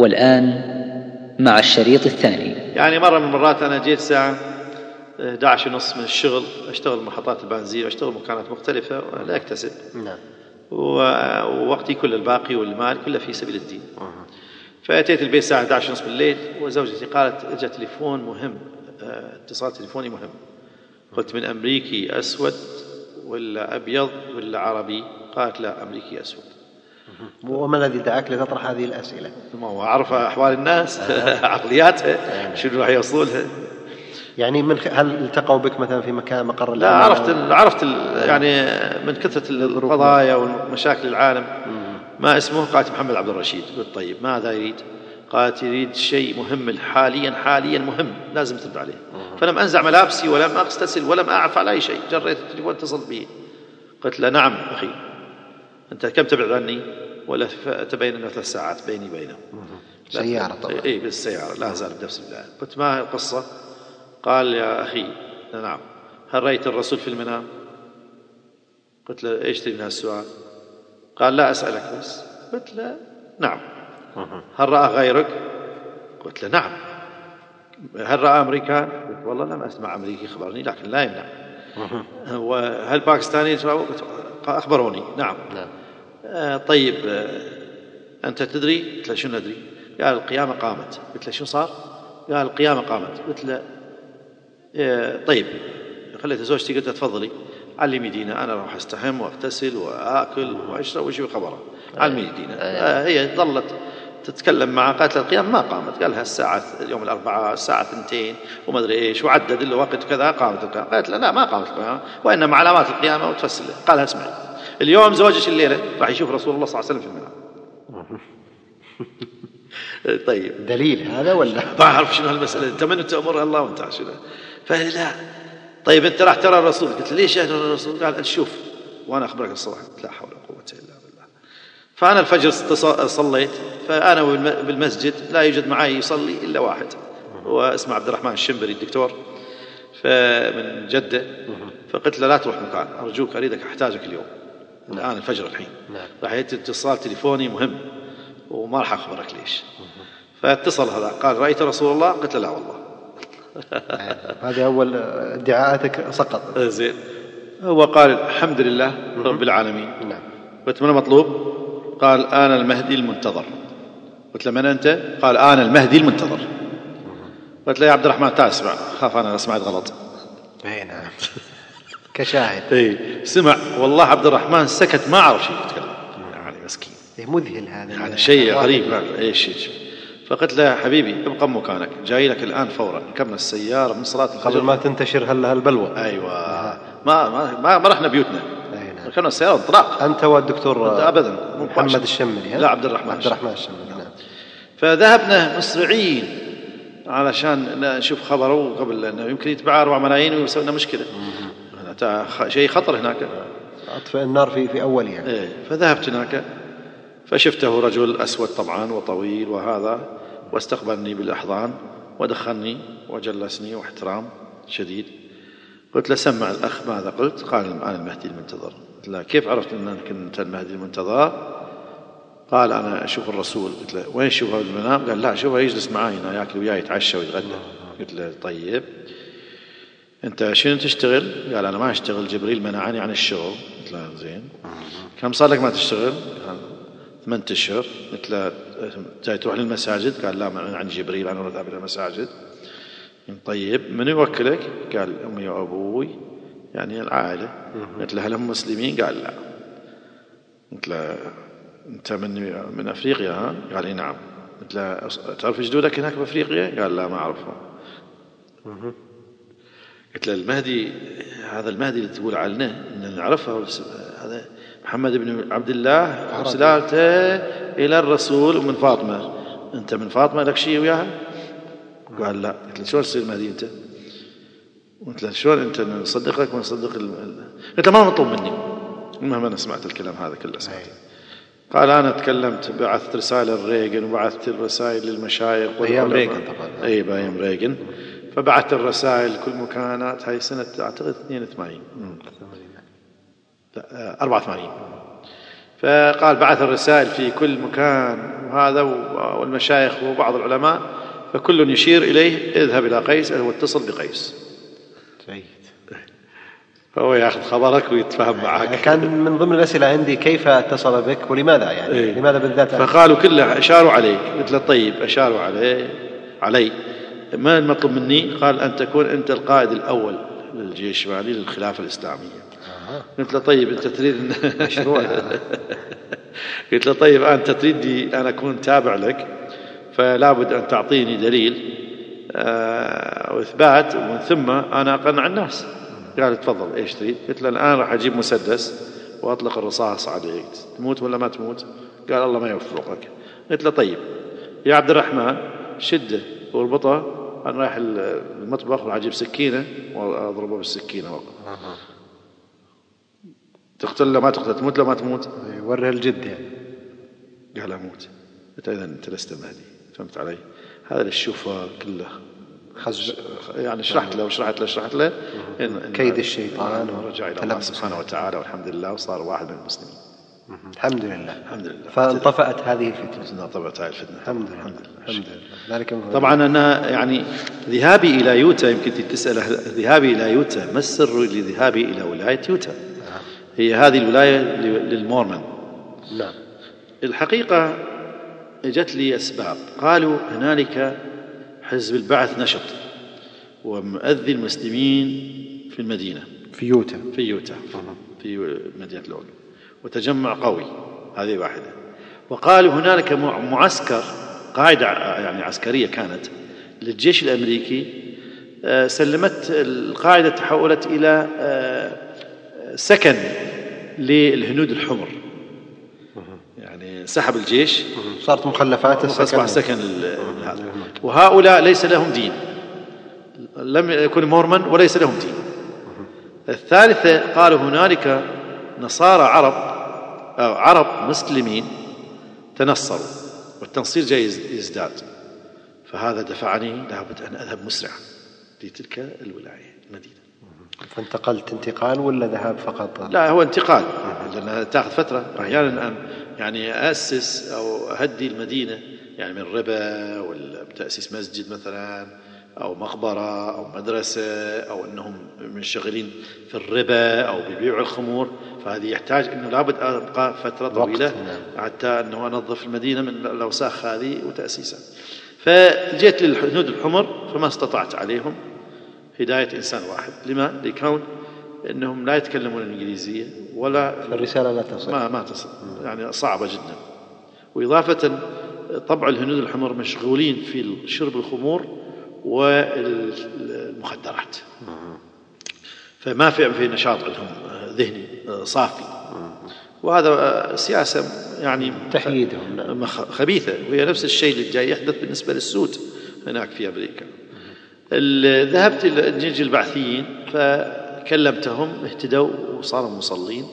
والآن مع الشريط الثاني. يعني مرة من المرات أنا جيت الساعة 11:30 من الشغل، أشتغل محطات البنزين وأشتغل مكانات مختلفة ولا أكتسب. نعم. ووقتي كل الباقي والمال كله في سبيل الدين. فأتيت البيت الساعة 11:30 بالليل، وزوجتي قالت اجى تليفون مهم، اتصال تليفوني مهم. قلت من أمريكي أسود ولا أبيض ولا عربي؟ قالت لا أمريكي أسود. وما الذي دعاك لتطرح هذه الأسئلة؟ ما هو أعرف أحوال الناس عقلياتها شنو راح يوصلها. يعني هل التقوا بك مثلا في مكان مقر لا، عرفت يعني من كثرة القضايا والمشاكل العالم. ما اسمه؟ قالت محمد عبد الرشيد. قلت طيب ماذا يريد؟ قالت يريد شيء مهم حاليا مهم لازم ترد عليه. فلم أنزع ملابسي ولم أغتسل ولم أعرف على أي شيء، جريت التليفون اتصلت به. قلت له نعم أخي، أنت كم تبعد عني؟ ولا تبين أنه 3 ساعات بيني وبينه. سيارة طبعا. إيه بالسيارة، لا زال بنفس البلاد. قلت ما القصة؟ قال يا أخي نعم، هل رأيت الرسول في المنام؟ قلت له إيش تريد من هالسؤال؟ قال لا أسألك بس. قلت له نعم. هل رأى غيرك؟ قلت له نعم. هل رأى أمريكان؟ قلت والله لم أسمع أمريكي خبرني، لكن لا يمنع. وهل باكستاني أخبروني؟ نعم. طيب أنت تدري؟ قلت له شنو أدري؟ قال القيامة قامت. قلت له شو صار؟ قال القيامة قامت. قلت له طيب. خليت زوجتي قلت تفضلي علمي دينا، أنا راح أستحم وأغتسل وأكل وأشرب وشو خبره، علمي دينا. هي ظلت تتكلم معه، قالت القيامة ما قامت. قالها الساعة يوم الأربعاء الساعة 2 وما أدري إيش، وعدد له وقت كذا قامت القيامة. قالت لا ما قامت القيامة، وإنما علامات القيامة وتفسر له. قالها اسمعي، اليوم زوجك الليلة راح يشوف رسول الله صلى الله عليه وسلم في المنام. طيب دليل هذا ولا ما أعرف شنو هالمسألة، أنت من تأمرها الله وأنت شنو؟ فقال لا. طيب أنت راح ترى الرسول. قلت ليش أهل الرسول؟ قال نشوف وأنا أخبرك الصباح. قلت لا حول ولا قوة إلا بالله. فأنا الفجر صليت، فأنا بالمسجد لا يوجد معي يصلي إلا واحد، هو اسمه عبد الرحمن الشمبري الدكتور من جدة. فقلت له لا تروح مكان، أرجوك أريدك أحتاجك اليوم الآن الفجر الحين. راح يأتي اتصال تليفوني مهم وما راح أخبرك ليش. فاتصل هذا قال رأيت رسول الله؟ قلت له لا والله. هذه أول ادعاءاتك سقط. زين. هو قال الحمد لله رب العالمين. قلت من المطلوب؟ قال أنا المهدي المنتظر. قلت له من أنت؟ قال أنا المهدي المنتظر. قلت له يا عبد الرحمن تعال اسمع، خاف أنا سمعت غلط. نعم. كشاهد. إيه سمع والله عبد الرحمن سكت ما عرف شيء يتكلم، يعني مسكين. مذهل هذا يعني شيء غريب. إيش فقلت له حبيبي ابقى مكانك، جاي لك الآن فورا. ركبنا السيارة من صلاة الفجر قبل ما تنتشر هالبلوى. أيوة. ما رحنا بيوتنا، ركبنا السيارة انطلاق. أنت والدكتور أبدا محمد الشمري؟ لا عبد الرحمن الشمري. نعم. فذهبنا مسرعين علشان نشوف خبره قبل، لأنه يمكن يتباع 4 ملايين ويسوي لنا مشكلة. شيء خطر هناك، أطفئ النار في أولها. إيه. فذهبت هناك فشفته رجل أسود طبعا وطويل وهذا، واستقبلني بالأحضان ودخلني وجلسني واحترام شديد. قلت له سمع الأخ ماذا قلت؟ قال أنا المهدي المنتظر. قلت له كيف عرفت أنك أنت المهدي المنتظر؟ قال أنا أشوف الرسول. قلت له وين شوفه بالمنام؟ قال لا شوفه يجلس معي هنا يأكل وياي يتعشى ويتغدى. قلت له طيب أنت شنو تشتغل؟ قال أنا ما أشتغل، جبريل منعني عن الشغل. قلت له زين كم صار لك ما تشتغل؟ قال 8 أشهر. قلت له جاي تروح للمساجد؟ قال لا من عند جبريل أنا أذهب إلى المساجد. طيب من يوكلك؟ قال أمي وأبوي يعني العائلة. قلت له هل هم مسلمين؟ قال لا. قلت له أنت من أفريقيا ها؟ قال إيه نعم. قلت له تعرف جدودك هناك بأفريقيا؟ قال لا ما أعرفهم. قلت له المهدي هذا المهدي اللي تقول عنه إن نعرفه هذا محمد بن عبد الله أرسلته إلى الرسول ومن فاطمة. أنت من فاطمة لك شيء وياها؟ قال لا. قلت له شلون تصير مهدي أنت؟ قلت له شلون أنت نصدقك ونصدق قلت له ما مطلوب مني. المهم أنا سمعت الكلام هذا كله سمعته. قال أنا تكلمت، بعثت رسائل لريغن وبعثت الرسائل للمشايخ أيام ريغن طبعا. أي بأيام ريغن. فبعثت الرسائل كل مكانات. هاي سنة أعتقد 82 لا 84. فقال بعث الرسائل في كل مكان وهذا والمشايخ وبعض العلماء، فكل يشير إليه اذهب إلى قيس أو اتصل بقيس. جيد. فهو يأخذ خبرك ويتفاهم معك. كان من ضمن الأسئلة عندي كيف اتصل بك ولماذا يعني لماذا بالذات؟ فقالوا كله أشاروا عليك. قلت له طيب أشاروا علي ما المطلوب مني؟ قال أن تكون أنت القائد الأول للجيش الشمالي للخلافة الإسلامية. قلت له طيب أنت تريد مشروع قلت له طيب أنت تريدني أنا أكون تابع لك، فلا بد أن تعطيني دليل وإثبات ومن ثم أنا أقنع الناس. قال تفضل إيش تريد؟ قلت له الآن راح أجيب مسدس وأطلق الرصاص عليك، تموت ولا ما تموت؟ قال الله ما يوفقك. قلت له طيب يا عبد الرحمن شده واربطه، أنا رايح المطبخ وراح أجيب سكينة وأضربه بالسكينة. تقتل له ما تقتل، تموت له ما تموت؟ يوري الجد يعني. قال أموت. قلت إذا أنت لست مهدي. فهمت علي؟ هذا الشوفة كله يعني شرحت له كيد الشيطان ورجع إلى الله سبحانه وتعالى والحمد لله وصار واحد من المسلمين. الحمد لله. فانطفأت هذه الفتنة. الحمد لله. ذلك طبعا أنا يعني ذهابي إلى يوتا، يمكن تسأله ذهابي إلى يوتا ما السر لذهابي إلى ولاية يوتا؟ هي هذه الولاية للمورمون. نعم. الحقيقة جت لي أسباب. قالوا هنالك حزب البعث نشط ومؤذي المسلمين في المدينة في يوتا في مدينة لوغ، وتجمع قوي. هذه واحدة. وقالوا هنالك معسكر قاعدة يعني عسكرية كانت للجيش الأمريكي، سلمت القاعدة تحولت إلى سكن للهنود الحمر، يعني سحب الجيش صارت مخلفات أصبح سكن هذا. وهؤلاء ليس لهم دين، لم يكن مورمون وليس لهم دين. الثالثة قالوا هنالك نصارى عرب مسلمين تنصروا والتنصير جاي يزداد، فهذا دفعني لابد أن أذهب مسرعا لتلك الولاية المدينة. فانتقلت انتقال ولا ذهاب فقط؟ لا هو انتقال، لأنها تأخذ فترة. أحيانا يعني أسس أو أهدي المدينة يعني من ربا ولا تأسيس مسجد مثلا أو مقبرة أو مدرسة أو أنهم منشغلين في الربا أو بيبيعوا الخمور، فهذه يحتاج أنه لابد أبقى فترة طويلة حتى أنه أنظف المدينة من الأوساخ هذه وتأسيسها. فجيت للهنود الحمر فما استطعت عليهم هداية إنسان واحد. لما؟ لكون أنهم لا يتكلمون الإنجليزية ولا الرسالة لا تصل، ما تصل، يعني صعبة جدا. وإضافة طبع الهنود الحمر مشغولين في شرب الخمور والمخدرات، فما في نشاط عندهم ذهني صافي، وهذا سياسة يعني تحييدهم خبيثة، وهي نفس الشيء اللي جاي يحدث بالنسبة للسود هناك في أمريكا. ذهبت للجيش البعثيين فكلمتهم، اهتدوا وصاروا مصلين،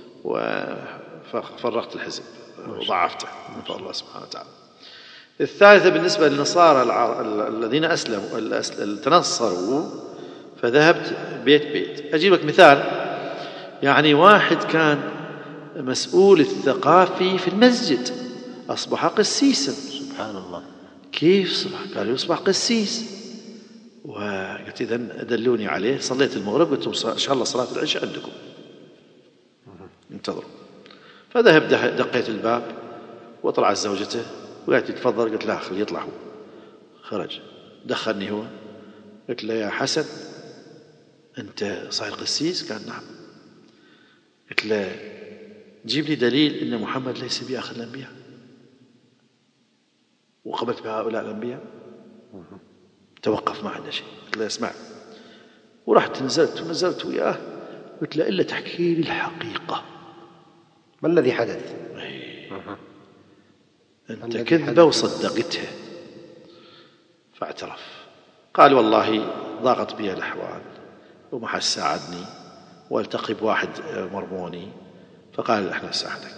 وفرغت الحزب وضعفته من فضل الله سبحانه وتعالى. الثالثة بالنسبة للنصارى الذين أسلموا تنصروا، فذهبت بيت. أجيب لك مثال، يعني واحد كان مسؤول الثقافي في المسجد أصبح قسيسا. سبحان الله. كيف صبح؟ قال يصبح قسيس. وقلت إذن دلوني عليه. صليت المغرب قلت إن شاء الله صلاة العشاء عندكم انتظروا. فذهب دقيت الباب وطلعت زوجته وقالت تفضل. قلت لا خليه يطلع هو. خرج دخلني هو. قلت له يا حسن أنت صاير قسيس؟ قال نعم. قلت له جيب لي دليل أن محمد ليس بآخر الأنبياء وقبلت بهؤلاء الأنبياء. توقف، ما عندنا شيء. قلت له اسمع، ورحت نزلت وياه. قلت له إلا تحكي لي الحقيقة، ما الذي حدث؟ أنت كذبة وصدقتها. فاعترف. قال والله ضاقت بي الأحوال وما حد ساعدني، والتقي بواحد مرموني فقال احنا نساعدك.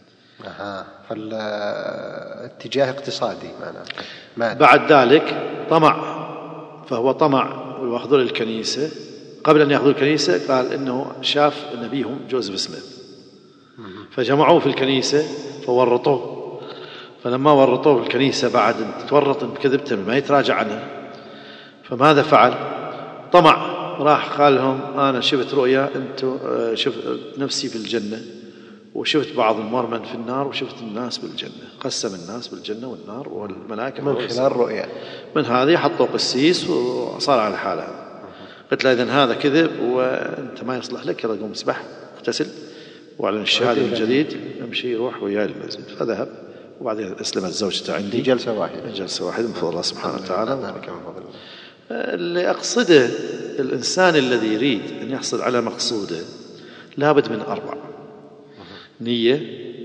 فالاتجاه اقتصادي معناه. بعد ذلك طمع، فهو طمع ويأخذوا الكنيسة. قبل أن يأخذوا الكنيسة قال إنه شاف نبيهم جوزيف سميث فجمعوه في الكنيسة فورطوه. فلما ورطوه في الكنيسة بعد تورط بكذبته ما يتراجع عنها، فماذا فعل؟ طمع، راح قال لهم أنا شفت رؤيا، أنتم شفت نفسي في الجنة، وشفت بعض المرمن في النار، وشفت الناس بالجنة. قسم الناس بالجنة والنار والملائكة من خلال رؤيا. من هذه حطوا قسيس وصار على حاله. قلت له إذن هذا كذب وأنت ما يصلح لك، يلا قوم اسبح اغتسل واعلن الشهادة من جديد، امشي روح وياي المسجد. فذهب وبعدين أسلمت زوجته عندي جلسة واحدة من فضل الله سبحانه وتعالى. اللي أقصده الإنسان الذي يريد أن يحصل على مقصوده لابد من 4: نية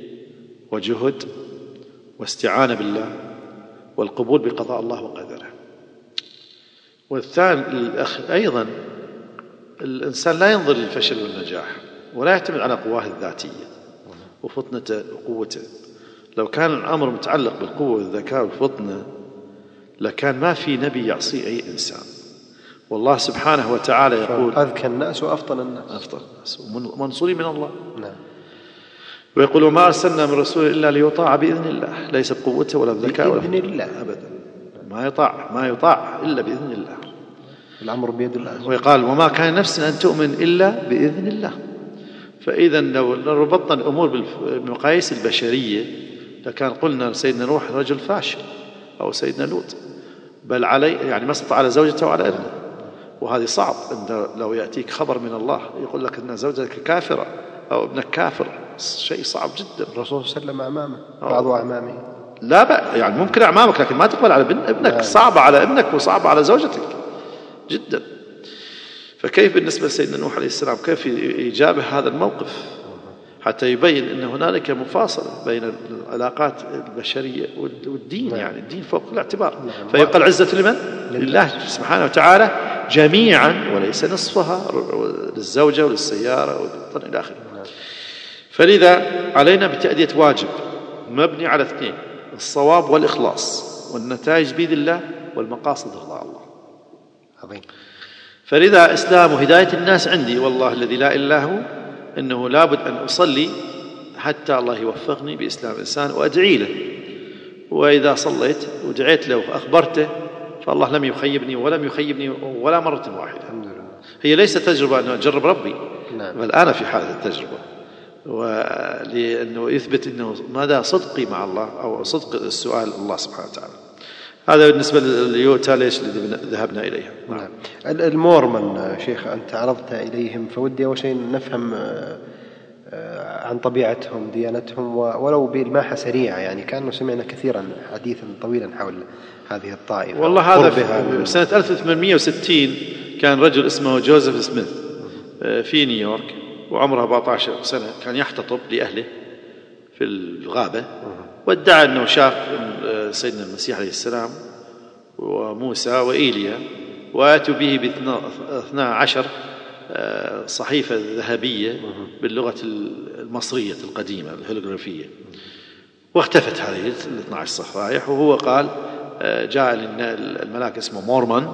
وجهد واستعانة بالله والقبول بقضاء الله وقدره. والثاني أيضا الإنسان لا ينظر للفشل والنجاح ولا يعتمد على قواه الذاتية وفطنته وقوته. لو كان الأمر متعلق بالقوة والذكاء والفطنة لكان ما في نبي يعصي أي إنسان. والله سبحانه وتعالى يقول أذكى الناس وأفطن الناس، أفضل الناس ومنصورين من الله. نعم. ويقول وما أرسلنا من رسول إلا ليطاع بإذن الله، ليس بقوته ولا بذكاء ولا بإذن الله أبدا، ما يطاع إلا بإذن الله، الأمر بيد الله. ويقال وما كان نفس أن تؤمن إلا بإذن الله. فإذا لو ربطنا الأمور بالمقاييس البشرية لكان قلنا سيدنا نوح رجل فاشل أو سيدنا لوط، بل علي يعني ما استطاع على زوجته وعلى ابنه. وهذه صعب، لو يأتيك خبر من الله يقول لك أن زوجتك كافرة أو ابنك كافر، شيء صعب جدا. الرسول صلى الله عليه وسلم أعمامه، بعض أعمامه لا بقى يعني ممكن أعمامك لكن ما تقبل على ابنك. صعبة على ابنك وصعبة على زوجتك جدا. فكيف بالنسبة لسيدنا نوح عليه السلام كيف يجابه هذا الموقف حتى يبين أن هنالك مفاصلة بين العلاقات البشرية والدين. يعني الدين فوق كل اعتبار. فيبقى العزة لمن؟ لله سبحانه وتعالى جميعا وليس نصفها للزوجة وللسيارة والوطن إلى آخره. فلذا علينا بتأدية واجب مبني على 2: الصواب والإخلاص، والنتائج بيد الله والمقاصد رضا الله. عظيم. فلذا إسلام وهداية الناس عندي والله الذي لا إله إلا هو إنه لابد أن أصلي حتى الله يوفقني بإسلام الإنسان وأدعي له. وإذا صليت ودعيت له وأخبرته فالله لم يخيبني ولم يخيبني ولا مرة واحدة. هي ليست تجربة أن أجرب ربي، بل أنا في حالة التجربة، ولأنه يثبت أنه مدى صدقي مع الله أو صدق السؤال الله سبحانه وتعالى. هذا بالنسبة لليوتا ليش ذهبنا إليها. نعم. المورمن شيخ أنت عرضت إليهم، فودي أول شيء نفهم عن طبيعتهم ديانتهم ولو بإلماحة سريعة، يعني كأنه سمعنا كثيرا حديثا طويلا حول هذه الطائفة. والله هذا في سنة 1860 كان رجل اسمه جوزيف سميث في نيويورك وعمره 14 سنة، كان يحتطب لأهله في الغابة وادعى أنه شاف سيدنا المسيح عليه السلام وموسى وإيليا، وآتوا به ب12 صحيفة ذهبية باللغة المصرية القديمة الهيروغليفية، واختفت هذه 12 صفائح. وهو قال جاء الملاك اسمه مورمون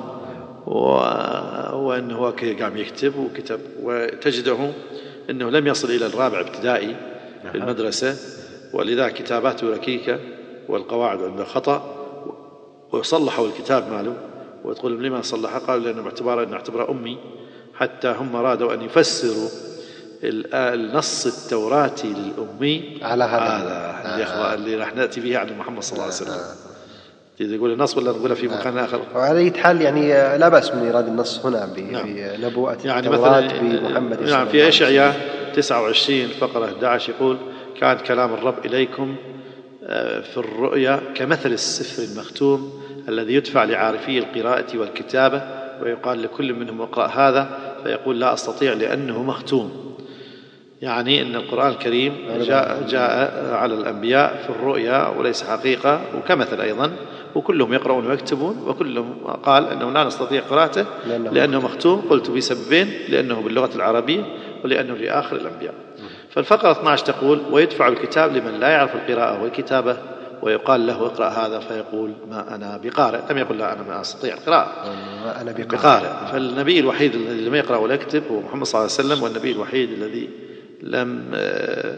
وأنه هو قام يكتب وكتب، وتجده أنه لم يصل إلى الرابع ابتدائي في المدرسة، ولذا كتاباته ركيكة والقواعد عنده خطأ. وصلحوا الكتاب ماله وتقول لما صلحه؟ قالوا لأنه باعتباره أمي، حتى هم رادوا أن يفسروا النص التوراتي للأمي على هذا اللي راح نأتي به عن محمد صلى الله عليه وسلم. تقول النص ولا نقوله في مكان آخر؟ وعلى أي حال يعني لا بأس من إيراد النص هنا بنبوءة يعني التوراة بمحمد. نعم في إشعياء 29 فقرة 11 يقول كان كلام الرب إليكم في الرؤيا كمثل السفر المختوم الذي يدفع لعارفي القراءة والكتابة، ويقال لكل منهم اقرأ هذا فيقول لا أستطيع لأنه مختوم. يعني أن القرآن الكريم جاء على الأنبياء في الرؤيا وليس حقيقة، وكمثل أيضا، وكلهم يقرؤون ويكتبون، وكلهم قال أنه لا نستطيع قراءته لأنه مختوم. قلت بسببين: لأنه باللغة العربية ولأنه لآخر الأنبياء. فالفقرة 12 تقول ويدفع الكتاب لمن لا يعرف القراءة والكتابة ويقال له اقرأ هذا فيقول ما أنا بقارئ. لم يقل لا أنا ما أستطيع القراءة، أنا بقارئ. فالنبي الوحيد الذي لم يقرأ ولا يكتب هو محمد صلى الله عليه وسلم، والنبي الوحيد الذي لم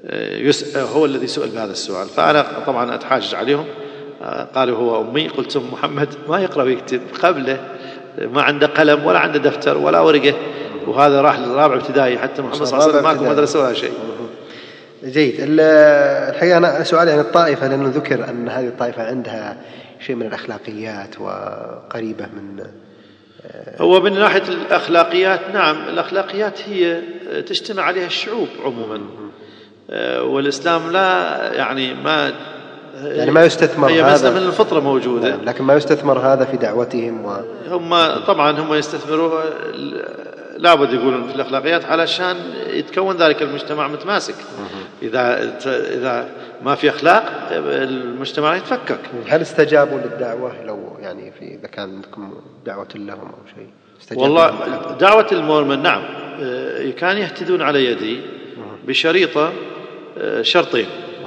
هو الذي سئل بهذا السؤال. فأنا طبعا أتحاجج عليهم، قالوا هو أمي. قلت محمد ما يقرأ ويكتب، قبله ما عنده قلم ولا عنده دفتر ولا ورقة، وهذا راح للرابع ابتدائي، حتى محمد صلى الله عليه وسلم ماكو مدرسة ولا شيء. جيد. الحقيقة أنا سؤالي عن الطائفة، لأنه ذكر أن هذه الطائفة عندها شيء من الأخلاقيات وقريبة من هو من ناحية الأخلاقيات نعم، الأخلاقيات هي تجتمع عليها الشعوب عموما، والإسلام لا يعني ما يستثمر هي هذا، من الفطرة موجودة، لكن ما يستثمر هذا في دعوتهم. هم طبعا هم يستثمروا لابد يقولون في الأخلاقيات علشان يتكون ذلك المجتمع متماسك. إذا ما في أخلاق المجتمع يتفكك. هل استجابوا للدعوة لو يعني إذا كان عندكم دعوة لهم أو شيء؟ والله دعوة المورمون نعم كان يهتدون على يدي بشريطة شرطين.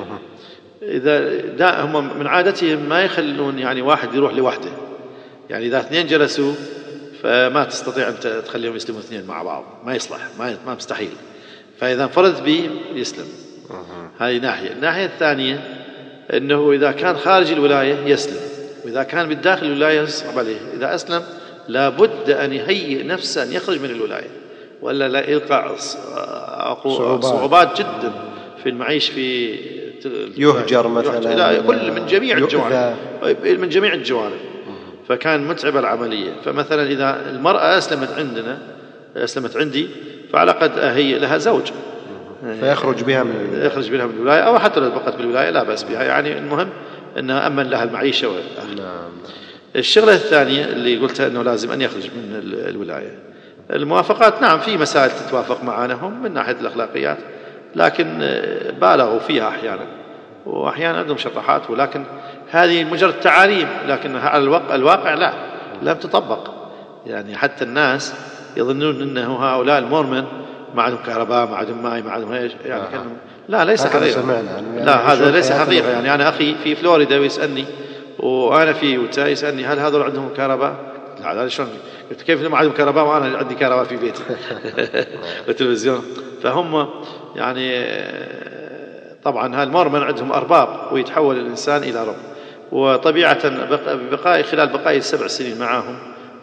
إذا هم من عادتهم ما يخلون يعني واحد يروح لوحده، يعني إذا اثنين جلسوا فما تستطيع أن تخليهم يسلموا اثنين مع بعض، ما يصلح، ما مستحيل. فإذا انفرد به يسلم. هذه ناحية. الناحية الثانية أنه إذا كان خارج الولاية يسلم، وإذا كان بالداخل الولاية يصعب عليه. إذا أسلم لابد أن يهيئ نفسه أن يخرج من الولاية، ولا لا يلقى صعوبات جدا في المعيش، في يهجر مثلا، كل من جميع الجوانب. فكان متعب العملية. فمثلا إذا المرأة أسلمت عندي، فعلى قد أهيئ لها زوج فيخرج بها من الولاية، أو حتى لو بقت بالولاية لا بأس بها، يعني المهم أنها أمن لها المعيشة الشغلة الثانية اللي قلتها أنه لازم أن يخرج من الولاية. الموافقات نعم في مسائل تتوافق معنا هم من ناحية الأخلاقيات، لكن بالغوا فيها أحيانا، وأحيانا عندهم شطحات، ولكن هذه مجرد تعاليم، لكنها على الواقع لا لم تطبق. يعني حتى الناس يظنون أنه هؤلاء المورمون ما عندهم كهرباء، ما عندهم ماء، ما عندهم ايش يعني لا ليس حقيقة. لا هذا ليس حقيقة. يعني أنا أخي في فلوريدا ويسألني، وأنا في يوتا يسألني هل هذول عندهم كهرباء؟ لا هذا شلون؟ قلت كيف ما عندهم كهرباء وأنا عندي كهرباء في بيتي والتلفزيون. فهم يعني طبعا هالمورمون عندهم أرباب، ويتحول الإنسان إلى رب. وطبيعة خلال بقائي 7 سنين معهم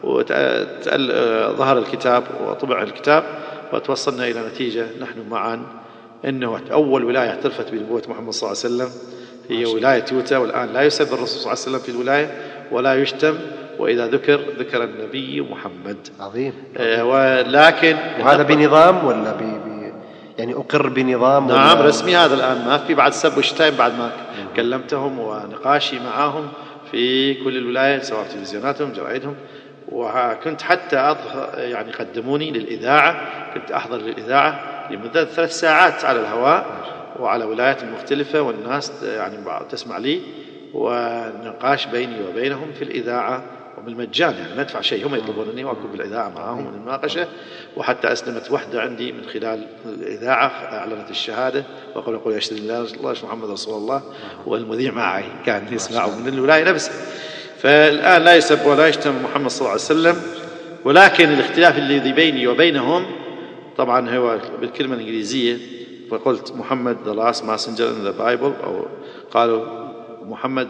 ظهر الكتاب وطبع الكتاب، وتوصلنا إلى نتيجة نحن معا أنه أول ولاية اعترفت بنبوة محمد صلى الله عليه وسلم هي ولاية يوتا. والآن لا يسب الرسول صلى الله عليه وسلم في الولاية ولا يشتم، وإذا ذكر النبي محمد. عظيم. ولكن وهذا بنظام ولا يعني أقر بنظام؟ نعم رسمي هذا الآن، ما في بعد سب وشتايم بعد ما كلمتهم ونقاشي معاهم في كل الولاية، سواء تلفزيوناتهم جرائدهم. وكنت حتى يعني قدموني للإذاعة، كنت أحضر للإذاعة لمدة 3 ساعات على الهواء وعلى ولايات مختلفة، والناس يعني تسمع لي، ونقاش بيني وبينهم في الإذاعة وبالمجان، يعني ما ادفع شيء، هم يطلبونني واكون بالإذاعة معهم المناقشة. وحتى أسلمت وحدة عندي من خلال الإذاعة، أعلنت الشهادة وقال أشهد أن لا إله إلا الله محمد رسول الله، والمذيع معي كان يسمعه من الولاية نفسها. فالآن لا يسب ولا يشتم محمد صلى الله عليه وسلم، ولكن الاختلاف الذي بيني وبينهم طبعا هو بالكلمة الإنجليزية. فقلت محمد the last messenger in the Bible، أو قالوا محمد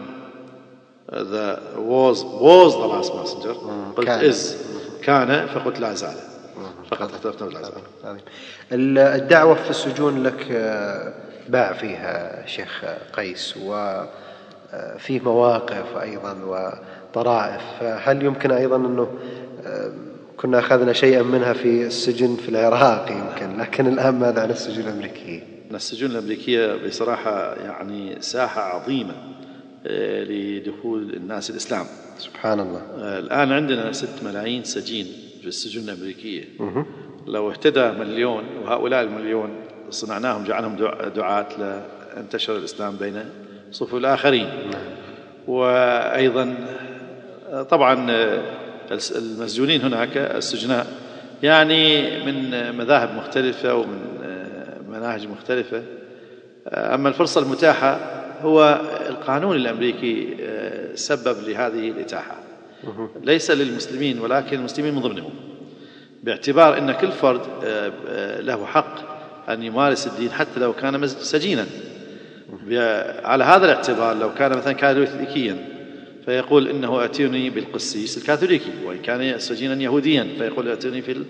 was the last messenger، قلت كان، فقلت لا زال، فقط اختلفنا لا زال. الدعوة في السجون لك باع فيها شيخ قيس، وفيه مواقف أيضا وطرائف، هل يمكن أيضا أنه كنا أخذنا شيئا منها في السجن في العراق يمكن، لكن الآن ماذا عن السجون الأمريكية؟ السجون الأمريكية بصراحة يعني ساحة عظيمة لدخول الناس الإسلام. سبحان الله. الآن عندنا 6 ملايين سجين في السجون الأمريكية. لو اهتدى 1,000,000، وهؤلاء 1,000,000 صنعناهم جعلهم دعاة لانتشر الإسلام بين صفوف الآخرين. وأيضا طبعا المسجونين هناك السجناء يعني من مذاهب مختلفة ومن مناهج مختلفة. أما الفرصة المتاحة، هو القانون الأمريكي سبب لهذه الإتاحة، ليس للمسلمين ولكن المسلمين من ضمنهم، باعتبار أن كل فرد له حق أن يمارس الدين حتى لو كان سجينا. على هذا الاعتبار لو كان مثلا كاثوليكيا فيقول إنه أتوني بالقسيس الكاثوليكي، وإن كان سجينا يهوديا فيقول أتوني في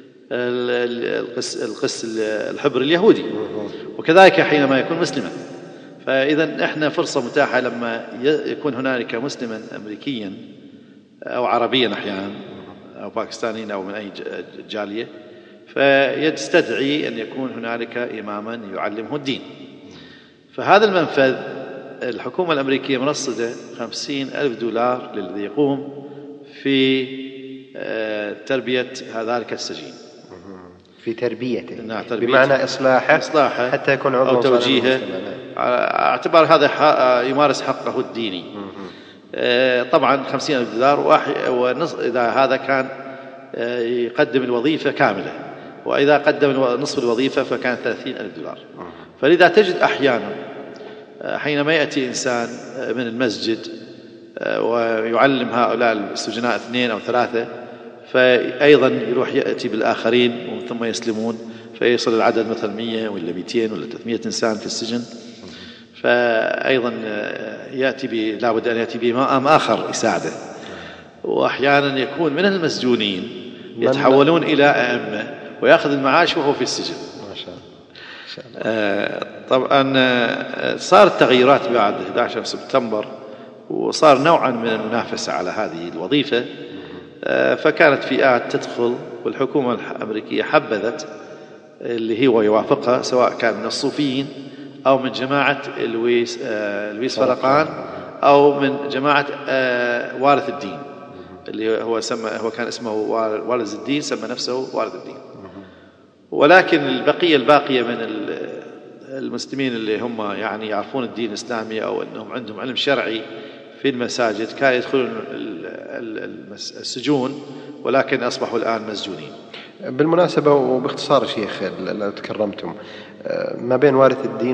القس الحبر اليهودي، وكذلك حينما يكون مسلما. فإذا إحنا فرصة متاحة لما يكون هنالك مسلما أمريكيا أو عربيا أحيانا أو باكستانيا أو من أي جالية، فيستدعي أن يكون هنالك إماما يعلمه الدين. فهذا المنفذ الحكومة الأمريكية مرصدة $50,000 للذي يقوم في تربية ذلك السجين، في تربيته. نعم، بمعنى إصلاحه حتى يكون عضو أو توجيهه، اعتبار هذا يمارس حقه الديني. طبعا $50,000 ونصف إذا هذا كان يقدم الوظيفة كاملة، وإذا قدم نصف الوظيفة فكان $30,000. فلذا تجد أحيانا حينما يأتي إنسان من المسجد ويعلم هؤلاء السجناء 2 أو 3، فأيضا يروح يأتي بالآخرين ومن ثم يسلمون، فيصل العدد مثلا 100 ولا 200 ولا 300 إنسان في السجن. فأيضا لابد أن يأتي بإمام آخر يساعده. وأحيانا يكون من المسجونين يتحولون إلى أئمة ويأخذ المعاش وهو في السجن. ما شاء الله. طبعا صارت تغييرات بعد 11 سبتمبر، وصار نوعا من المنافسة على هذه الوظيفة، فكانت فئات تدخل، والحكومة الأمريكية حبذت اللي هو يوافقها، سواء كان من الصوفيين أو من جماعة لويس فرقان أو من جماعة وارث الدين، اللي هو كان اسمه وارث الدين، سمى نفسه وارث الدين. ولكن الباقية من المسلمين اللي هم يعني يعرفون الدين الإسلامي أو أنهم عندهم علم شرعي في المساجد كانوا يدخلون السجون، ولكن أصبحوا الآن مسجونين. بالمناسبة وباختصار شيخ لو تكرمتم، ما بين وارث الدين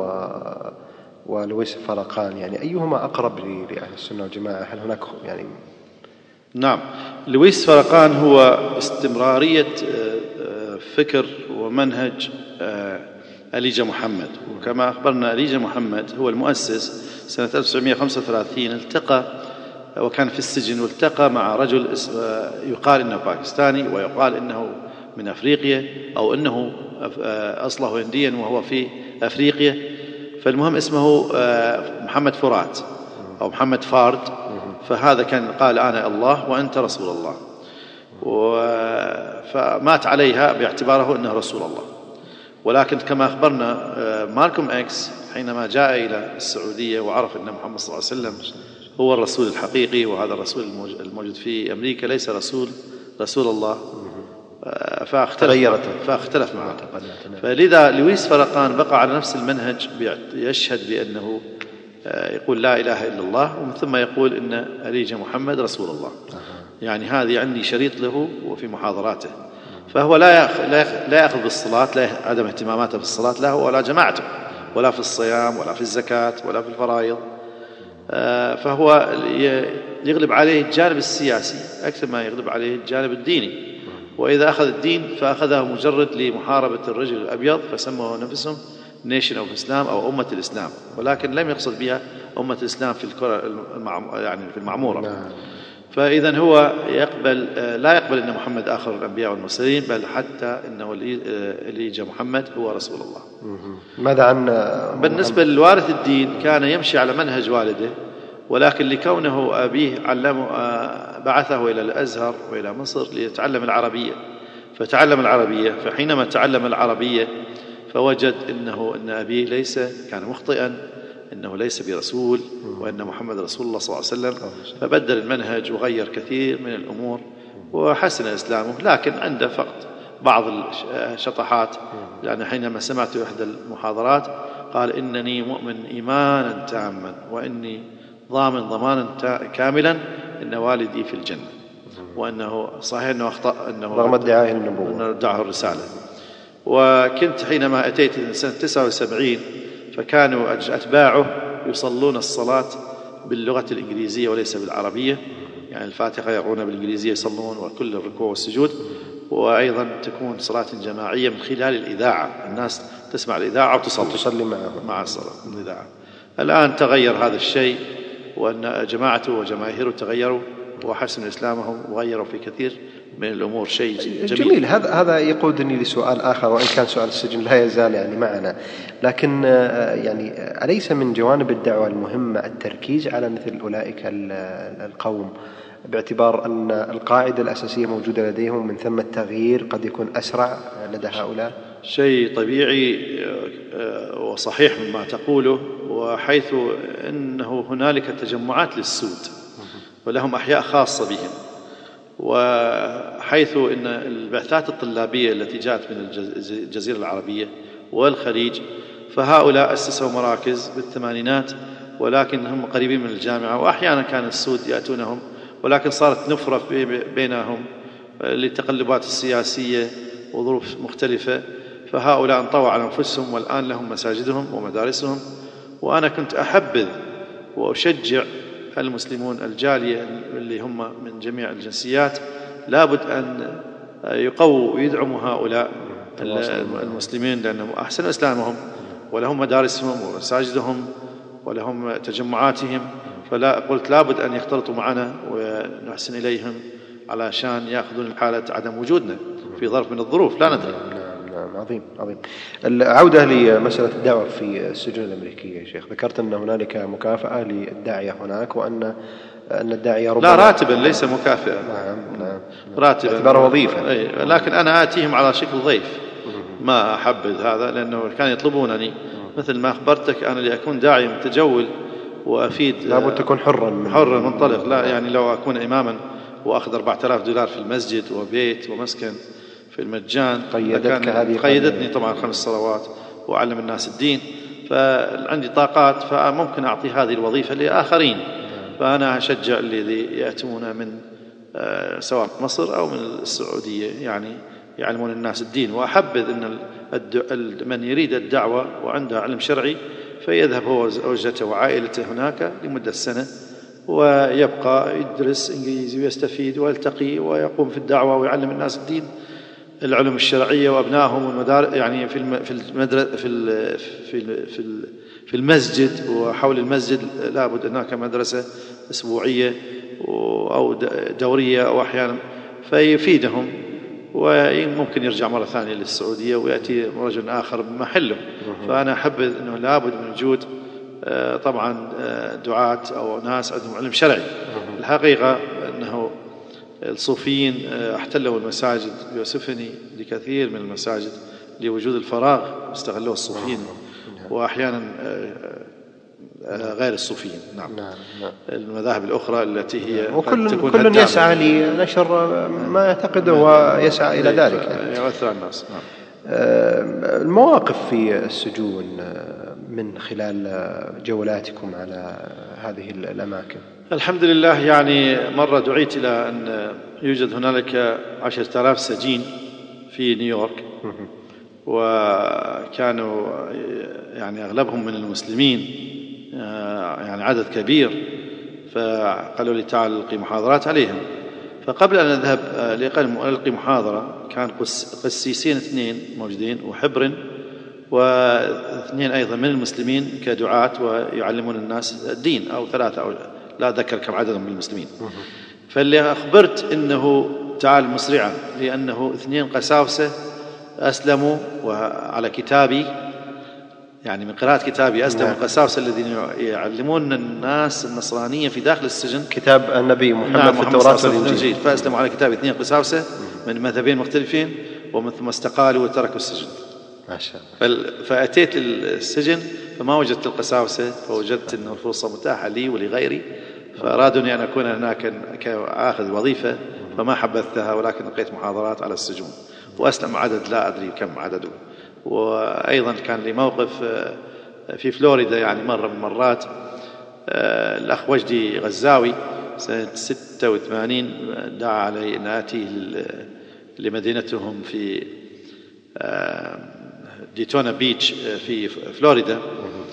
ولويس فرقان، يعني أيهما أقرب لأهل السنة والجماعة؟ هل هناك يعني؟ نعم، لويس فرقان هو استمرارية فكر ومنهج أليجا محمد، وكما أخبرنا أليجا محمد هو المؤسس. سنة 1935 التقى وكان في السجن، والتقى مع رجل يقال إنه باكستاني ويقال إنه من أفريقيا أو إنه أصله هنديا وهو في أفريقيا. فالمهم اسمه محمد فرات أو محمد فارد. فهذا كان قال أنا الله وأنت رسول الله، فمات عليها باعتباره أنه رسول الله. ولكن كما أخبرنا مالكوم إكس حينما جاء إلى السعودية وعرف أن محمد صلى الله عليه وسلم هو الرسول الحقيقي، وهذا الرسول الموجود في أمريكا ليس رسول الله، فاختلف معه. فلذا لويس فرقان بقى على نفس المنهج، يشهد بأنه يقول لا إله إلا الله، ومن ثم يقول إن أليجا محمد رسول الله. يعني هذه عندي شريط له وفي محاضراته. فهو لا يأخذ بالصلاة، لا عدم اهتماماته بالصلاة لا هو ولا جماعته، ولا في الصيام ولا في الزكاة ولا في الفرائض. فهو يغلب عليه الجانب السياسي أكثر ما يغلب عليه الجانب الديني. وإذا أخذ الدين فأخذه مجرد لمحاربة الرجل الأبيض، فسموا نفسهم نيشن أوف إسلام أو أمة الإسلام، ولكن لم يقصد بها أمة الإسلام في الكرة يعني في المعمورة. فإذا هو لا يقبل أن محمد آخر الأنبياء والمرسلين، بل حتى أنه أليجا محمد هو رسول الله. ماذا عن بالنسبة للوارث الدين؟ كان يمشي على منهج والده، ولكن لكونه أبيه بعثه إلى الأزهر وإلى مصر ليتعلم العربية، فتعلم العربية. فحينما تعلم العربية فوجد أن أبيه كان مخطئا، أنه ليس برسول، وأن محمد رسول الله صلى الله عليه وسلم. فبدل المنهج وغير كثير من الأمور وحسن إسلامه، لكن عنده فقط بعض الشطحات. يعني حينما سمعت إحدى المحاضرات قال إنني مؤمن إيمانا تاما، وإني ضامن ضمانا كاملا أن والدي في الجنة، وأنه صحيح أنه أخطأ، أنه رغم ادعائه النبوة، أنه ادعاه الرسالة. وكنت حينما أتيت سنة 79 فكانوا أتباعه يصلون الصلاة باللغة الإنجليزية وليس بالعربية، يعني الفاتحة يقرؤون بالإنجليزية يصلون وكل الركوع والسجود، وأيضا تكون صلاة جماعية من خلال الإذاعة، الناس تسمع الإذاعة وتصلي معهم مع الصلاة الإذاعة. الآن تغير هذا الشيء، وأن جماعته وجماهيره تغيروا وحسن إسلامهم وغيروا في كثير من الأمور. شيء جميل. هذا يقودني لسؤال آخر، وإن كان سؤال السجن لا يزال يعني معنا، لكن يعني أليس من جوانب الدعوة المهمة التركيز على مثل أولئك القوم، باعتبار أن القاعدة الأساسية موجودة لديهم، من ثم التغيير قد يكون أسرع لدى هؤلاء؟ شيء طبيعي وصحيح مما تقوله، وحيث أنه هنالك تجمعات للسود ولهم أحياء خاصة بهم، وحيث أن البعثات الطلابية التي جاءت من الجزيرة العربية والخليج، فهؤلاء أسسوا مراكز بالثمانينات، ولكن هم قريبين من الجامعة، وأحيانا كان السود يأتونهم، ولكن صارت نفرة بينهم للتقلبات السياسية وظروف مختلفة، فهؤلاء انطووا على أنفسهم، والآن لهم مساجدهم ومدارسهم. وأنا كنت أحبذ وأشجع المسلمون الجالية اللي هم من جميع الجنسيات، لابد أن يقووا ويدعموا هؤلاء المسلمين، لأنهم أحسن إسلامهم ولهم مدارسهم ومساجدهم ولهم تجمعاتهم، فلا قلت لابد أن يختلطوا معنا ونحسن إليهم علشان يأخذون حالة عدم وجودنا في ظرف من الظروف لا ندري. نعم، عظيم. العودة لمسألة الدعوة في السجون الأمريكية يا شيخ، ذكرت أن هنالك مكافأة للداعية هناك، وأن الداعية ربما لا راتبا ليس مكافأة. نعم. راتبا اعتباره وظيفة. لكن أنا آتيهم على شكل ضيف، ما أحبذ هذا، لأنه كان يطلبونني مثل ما أخبرتك أنا لأكون داعي متجول وأفيد، لابد تكون حرا منطلق. لا يعني لو أكون إماما وأخذ $4,000 في المسجد وبيت ومسكن في المجان، قيدتني طبعا 5 صلوات وأعلم الناس الدين، فعندي طاقات، فممكن أعطي هذه الوظيفة لآخرين. فأنا أشجع الذي يأتون من سواء مصر أو من السعودية، يعني يعلمون الناس الدين، وأحبذ أن من يريد الدعوة وعنده علم شرعي فيذهب هو وزوجته وعائلته هناك لمدة سنة، ويبقى يدرس إنجليزي ويستفيد ويلتقي ويقوم في الدعوة ويعلم الناس الدين العلوم الشرعية وأبنائهم والمدارس، يعني في المسجد وحول المسجد لابد هناك مدرسة أسبوعية أو دورية أو أحيانا، فيفيدهم، وممكن يرجع مرة ثانية للسعودية ويأتي رجل آخر بمحله. فأنا أحبذ أنه لابد من وجود طبعا دعاة أو ناس عندهم علم شرعي. الحقيقة أنه الصوفيين احتلوا المساجد، يوسفني لكثير من المساجد لوجود الفراغ استغلوه الصوفيين، وأحيانا غير الصوفيين. نعم. المذاهب الأخرى التي هي وكل يسعى لنشر ما يعتقده ويسعى إلى ذلك، يؤثر على الناس. نعم. المواقف في السجون من خلال جولاتكم على هذه الأماكن. الحمد لله، يعني مرة دعيت إلى أن يوجد هنالك 10,000 سجين في نيويورك، وكانوا يعني أغلبهم من المسلمين، يعني عدد كبير، فقالوا لي تعال ألقي محاضرات عليهم. فقبل أن أذهب لألقي محاضرة كان قسيسين 2 موجودين وحبر، و2 أيضا من المسلمين كدعاة ويعلمون الناس الدين، أو 3 أو لا أذكر كم عددهم من المسلمين. فاللي أخبرت إنه تعال مسرعا، لأنه 2 قساوسة أسلموا وعلى كتابي، يعني من قراءة كتابي أسلموا. القساوسة الذين يعلمون الناس النصرانية في داخل السجن كتاب النبي محمد في التوراة والإنجيل، فأسلموا على كتابي 2 قساوسة من مذهبين مختلفين، ومن ثم استقالوا وتركوا السجن. ما شاء الله. فأتيت السجن فما وجدت القساوسة، فوجدت أن الفرصة متاحة لي ولغيري، فأرادوني أن أكون هناك كأخذ وظيفة، فما حبذتها، ولكن لقيت محاضرات على السجون، وأسلم عدد لا أدري كم عدده. وأيضا كان لي موقف في فلوريدا، يعني مرة من مرات الأخ وجدي غزاوي سنة 86 دعا علي أن آتي لمدينتهم في ديتونا بيتش في فلوريدا،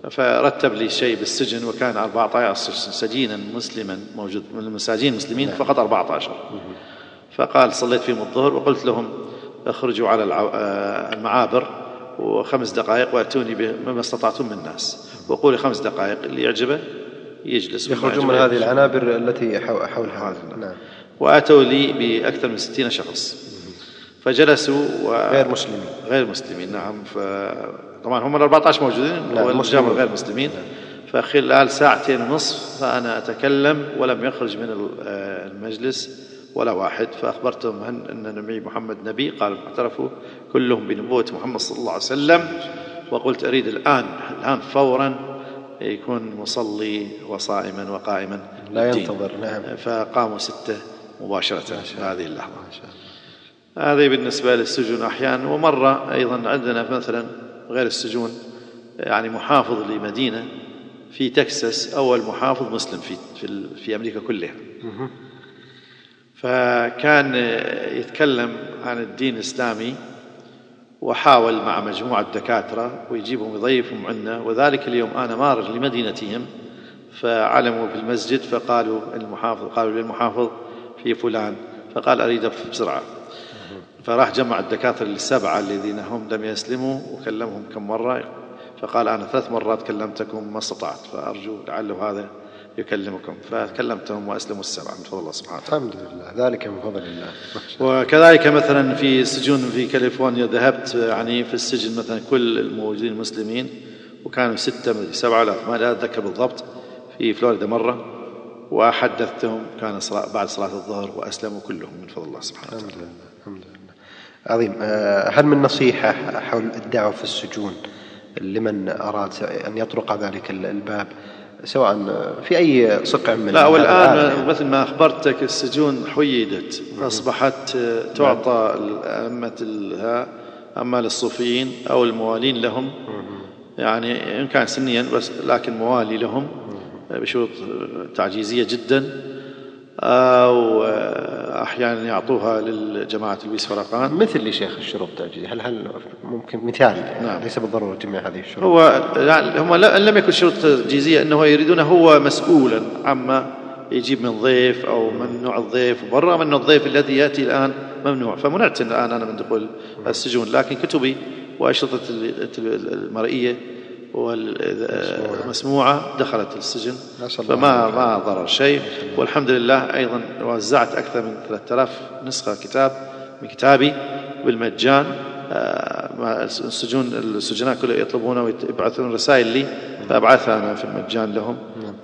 فرتب لي شيء بالسجن، وكان 14 سجينا مسلما موجود من المساجين المسلمين فقط 14. فقال صليت فيهم الظهر وقلت لهم اخرجوا على المعابر و5 دقائق واتوني بما استطعتم من الناس، وقولي 5 دقائق اللي يعجبه يجلس يخرجون من هذه العنابر التي حولها. نعم. واتوا لي باكثر من 60 شخص فجلسوا غير مسلمين. نعم. طبعا هم 14 موجودين والرجال غير مسلمين. فخلال 2.5 ساعة فأنا أتكلم ولم يخرج من المجلس ولا واحد. فأخبرتهم أن النبي محمد نبي، قالوا اعترفوا كلهم بنبوة محمد صلى الله عليه وسلم. وقلت أريد الآن فورا يكون مصلي وصائما وقائما لا ينتظر. نعم. فقاموا 6 مباشرة في هذه اللحظة. هذه بالنسبة للسجون أحيانا. ومرة أيضا عندنا مثلا غير السجون يعني محافظ لمدينة في تكساس، أول محافظ مسلم في أمريكا كلها. فكان يتكلم عن الدين الإسلامي وحاول مع مجموعة دكاترة ويجيبهم يضيفهم عنا. وذلك اليوم أنا مارر لمدينتهم فعلموا في المسجد فقالوا للمحافظ في فلان، فقال أريد بسرعة. فراح جمع الدكاترة ال7 الذين هم لم يسلموا وكلمهم كم مرة، فقال أنا 3 مرات كلمتكم ما استطعت، فأرجو لعله هذا يكلمكم. فكلمتهم وأسلموا ال7 من فضل الله سبحانه وتعالى. الحمد لله، ذلك من فضل الله. وكذلك مثلا في سجون في كاليفورنيا ذهبت يعني في السجن مثلا كل الموجودين المسلمين، وكانوا 6 7 ولا 8 لا أتذكر بالضبط، في فلوريدا مرة، وحدثتهم كان بعد صلاة الظهر وأسلموا كلهم من فضل الله سبحانه وتعالى. الحمد لله. عظيم. هل من نصيحة حول الدعوة في السجون لمن أراد أن يطرق ذلك الباب سواء في أي صقع من لا والآن مثل ما أخبرتك السجون حيدت، أصبحت تعطى أما للصوفيين أو الموالين لهم، يعني إن كان سنيا بس لكن موالي لهم بشروط تعجيزية جدا، أو أحيانا يعطوها للجماعة الويس فرقان. مثل اللي شيخ الشروط التعجيزية، هل ممكن مثال؟ نعم. ليس بالضرورة جميع هذه الشروط. هو يعني هم لم يكن شروط تعجيزية، أنه يريدون هو مسؤولا عما يجيب من ضيف أو ممنوع الضيف، وبرا من الضيف الذي يأتي الآن ممنوع. فمنعت الآن أنا من دخول السجون، لكن كتبي وأشرطة المرئية والمسموعة دخلت السجن، فما ضرر شيء. والحمد لله أيضا وزعت أكثر من 3000 نسخة من كتابي بالمجان. السجناء كلهم يطلبونه ويبعثون رسائل لي، فأبعثها أنا في المجان لهم.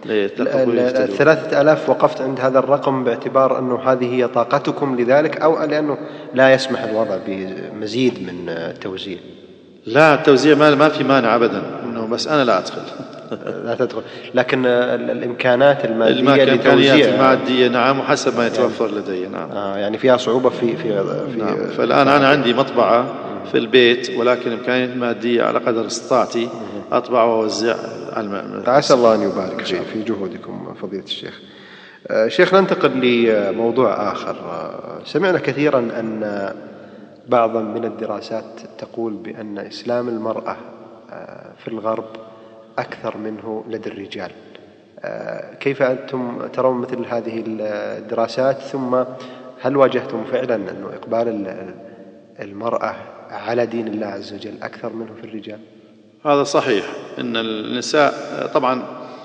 3000 وقفت عند هذا الرقم باعتبار أنه هذه هي طاقتكم لذلك، أو لأنه لا يسمح الوضع بمزيد من التوزيع؟ لا، التوزيع ما في مانع أبدا، إنه بس أنا لا أدخل. لا تدخل، لكن الإمكانات المادية لتوزيع المادية نعم، وحسب ما يتوفر لدي. نعم. يعني فيها صعوبة في نعم. فالآن أنا عندي مطبعة في البيت، ولكن إمكانيات مادية على قدر استطاعتي أطبع وأوزع. عسى الله أن يبارك في جهودكم فضيلة الشيخ. شيخ، ننتقل لموضوع آخر. سمعنا كثيرا أن بعضا من الدراسات تقول بأن إسلام المرأة في الغرب أكثر منه لدى الرجال. كيف أنتم ترون مثل هذه الدراسات؟ ثم هل واجهتم فعلا أنه إقبال المرأة على دين الله عز وجل أكثر منه في الرجال؟ هذا صحيح، إن النساء طبعا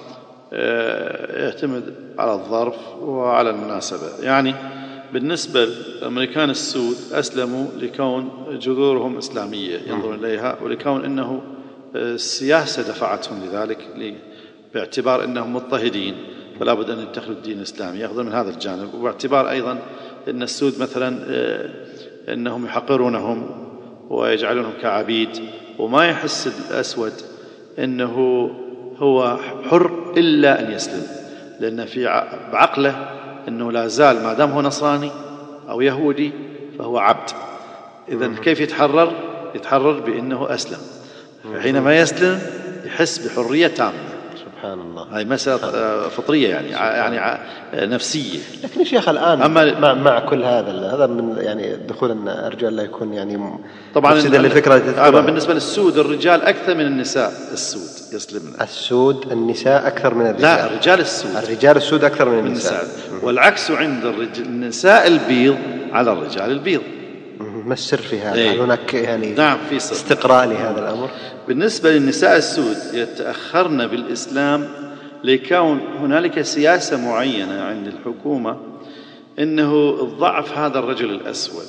يعتمد على الظرف وعلى المناسبة. يعني بالنسبة للأمريكان السود أسلموا لكون جذورهم إسلامية ينظرون إليها، ولكون أنه السياسة دفعتهم لذلك، باعتبار أنهم مضطهدين فلا بد أن يدخلوا الدين الإسلامي، يأخذون من هذا الجانب. وباعتبار أيضا أن السود مثلا أنهم يحقرونهم ويجعلونهم كعبيد، وما يحس الأسود أنه هو حر إلا أن يسلم، لأن في بعقله أنه لا زال ما دام هو نصراني أو يهودي فهو عبد. إذن كيف يتحرر بأنه أسلم. حينما يسلم يحس بحرية تامة، سبحان الله. هاي مسألة فطرية يعني نفسية. لكن يا شيخ الآن مع كل هذا من يعني دخول أرجو أن لا يكون يعني طبعا للفكرة. بالنسبة للسود الرجال أكثر من النساء. السود يسلمنا. السود النساء أكثر من الرجال. لا الرجال السود أكثر من النساء. والعكس عند النساء البيض على الرجال البيض. ما السر في هذا؟ هل هناك يعني نعم في سر استقراء لهذا الأمر؟ بالنسبة للنساء السود يتأخرن بالإسلام لكون هنالك سياسة معينة عند الحكومة إنه الضعف هذا الرجل الأسود،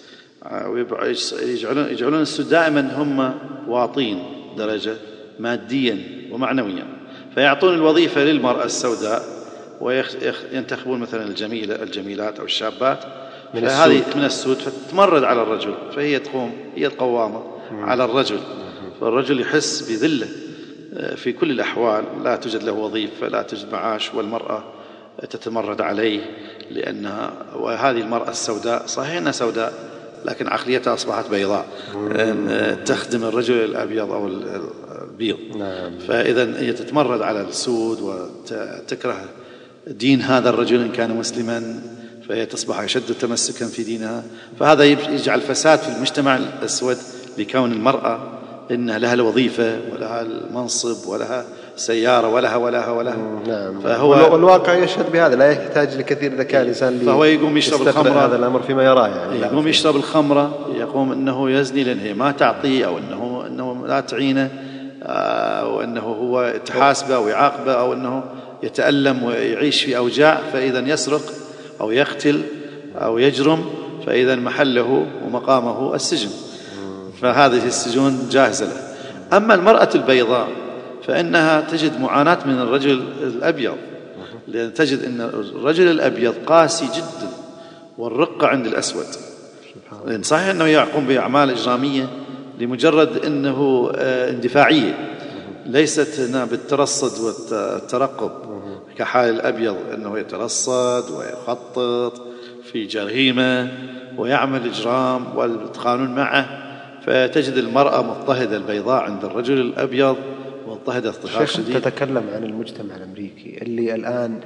يجعلون السود دائما هم واطين درجة ماديا ومعنويا، فيعطون الوظيفة للمرأة السوداء وينتخبون مثلا الجميلات أو الشابات من السود فتتمرد على الرجل، فهي تقوم هي القوامة على الرجل، فالرجل يحس بذلة في كل الأحوال، لا توجد له وظيفة، لا توجد معاش، والمرأة تتمرد عليه لأنها، وهذه المرأة السوداء صحيح أنها سوداء لكن عقليتها أصبحت بيضاء تخدم الرجل الأبيض أو البيض. فإذا هي تتمرد على السود وتكره دين هذا الرجل إن كان مسلما، فهي تصبح أشد تمسكا في دينها، فهذا يجعل فساد في المجتمع الأسود لكون المرأة إنها لها الوظيفة ولها المنصب ولها سيارة ولها. نعم. فهو والواقع يشهد بهذا، لا يحتاج لكثير ذكاء الإنسان فهو يقوم يشرب الخمرة، هذا الأمر فيما يراه يعني يقوم يشرب الخمرة، يقوم أنه يزني لأن هي ما تعطيه، أو أنه لا تعينه، أو أنه هو تحاسبه أو يعاقبه، أو أنه يتألم ويعيش في أوجاع، فإذا يسرق أو يقتل أو يجرم، فإذا محله ومقامه السجن، فهذه السجون جاهزة له. أما المرأة البيضاء فإنها تجد معاناة من الرجل الأبيض، لأن تجد أن الرجل الأبيض قاسي جدا والرقة عند الأسود، لأن صحيح أنه يقوم بأعمال إجرامية لمجرد أنه اندفاعية، ليست بالترصد والترقب كحال الأبيض، أنه يترصد ويخطط في جريمة ويعمل إجرام والقانون معه. فتجد المرأة مضطهدة البيضاء عند الرجل الأبيض مضطهدة اضطهاد شديد. تتكلم عن المجتمع الأمريكي اللي الآن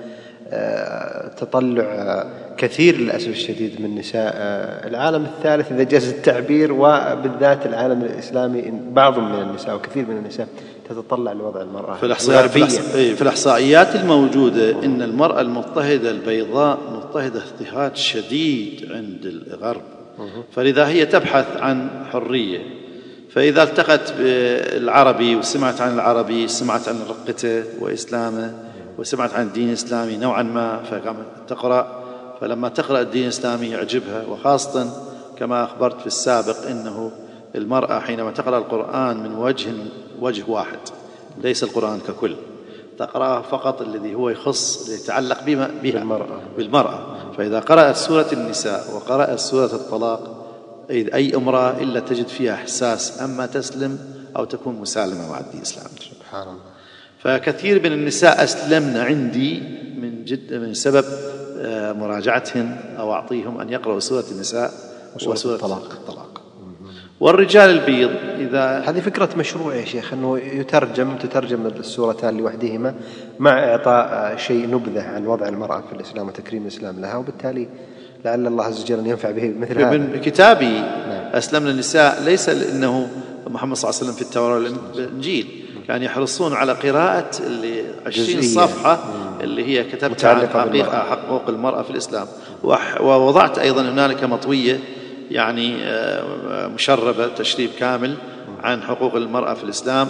تطلع كثير للأسف الشديد من نساء العالم الثالث إذا جاز التعبير، وبالذات العالم الإسلامي، بعض من النساء وكثير من النساء تتطلع لوضع المرأة في الإحصائيات الموجودة إن المرأة المضطهدة البيضاء مضطهدة اضطهاد شديد عند الغرب، فلذا هي تبحث عن حرية. فإذا التقت بالعربي وسمعت عن العربي، سمعت عن رقته وإسلامه، وسمعت عن الدين الإسلامي نوعا ما، فقامت تقرأ، فلما تقرأ الدين الإسلامي يعجبها، وخاصة كما أخبرت في السابق إنه المرأة حينما تقرأ القرآن من وجه واحد، ليس القرآن ككل، تقرأ فقط الذي هو يخص يتعلق بالمرأة. فإذا قرأت سورة النساء وقرأت سورة الطلاق، أي امرأة إلا تجد فيها إحساس أما تسلم أو تكون مسالمة مع الدين الإسلامي. سبحان الله. فكثير من النساء أسلمن عندي من سبب مراجعتهم أو أعطيهم أن يقرأوا سورة النساء وسورة الطلاق. والرجال البيض إذا هذه فكرة مشروع يا شيخ، أنه تترجم السورتان لوحدهما مع إعطاء شيء نبذة عن وضع المرأة في الإسلام وتكريم الإسلام لها، وبالتالي لعل الله عز وجل ينفع به مثل هذا. من كتابي أسلمنا النساء ليس لأنه محمد صلى الله عليه وسلم في التوراة والإنجيل كان يحرصون على قراءة 20 صفحة اللي هي كتبت عن حقوق المرأة في الإسلام، ووضعت أيضا هنالك مطوية يعني مشربة تشريب كامل عن حقوق المرأة في الإسلام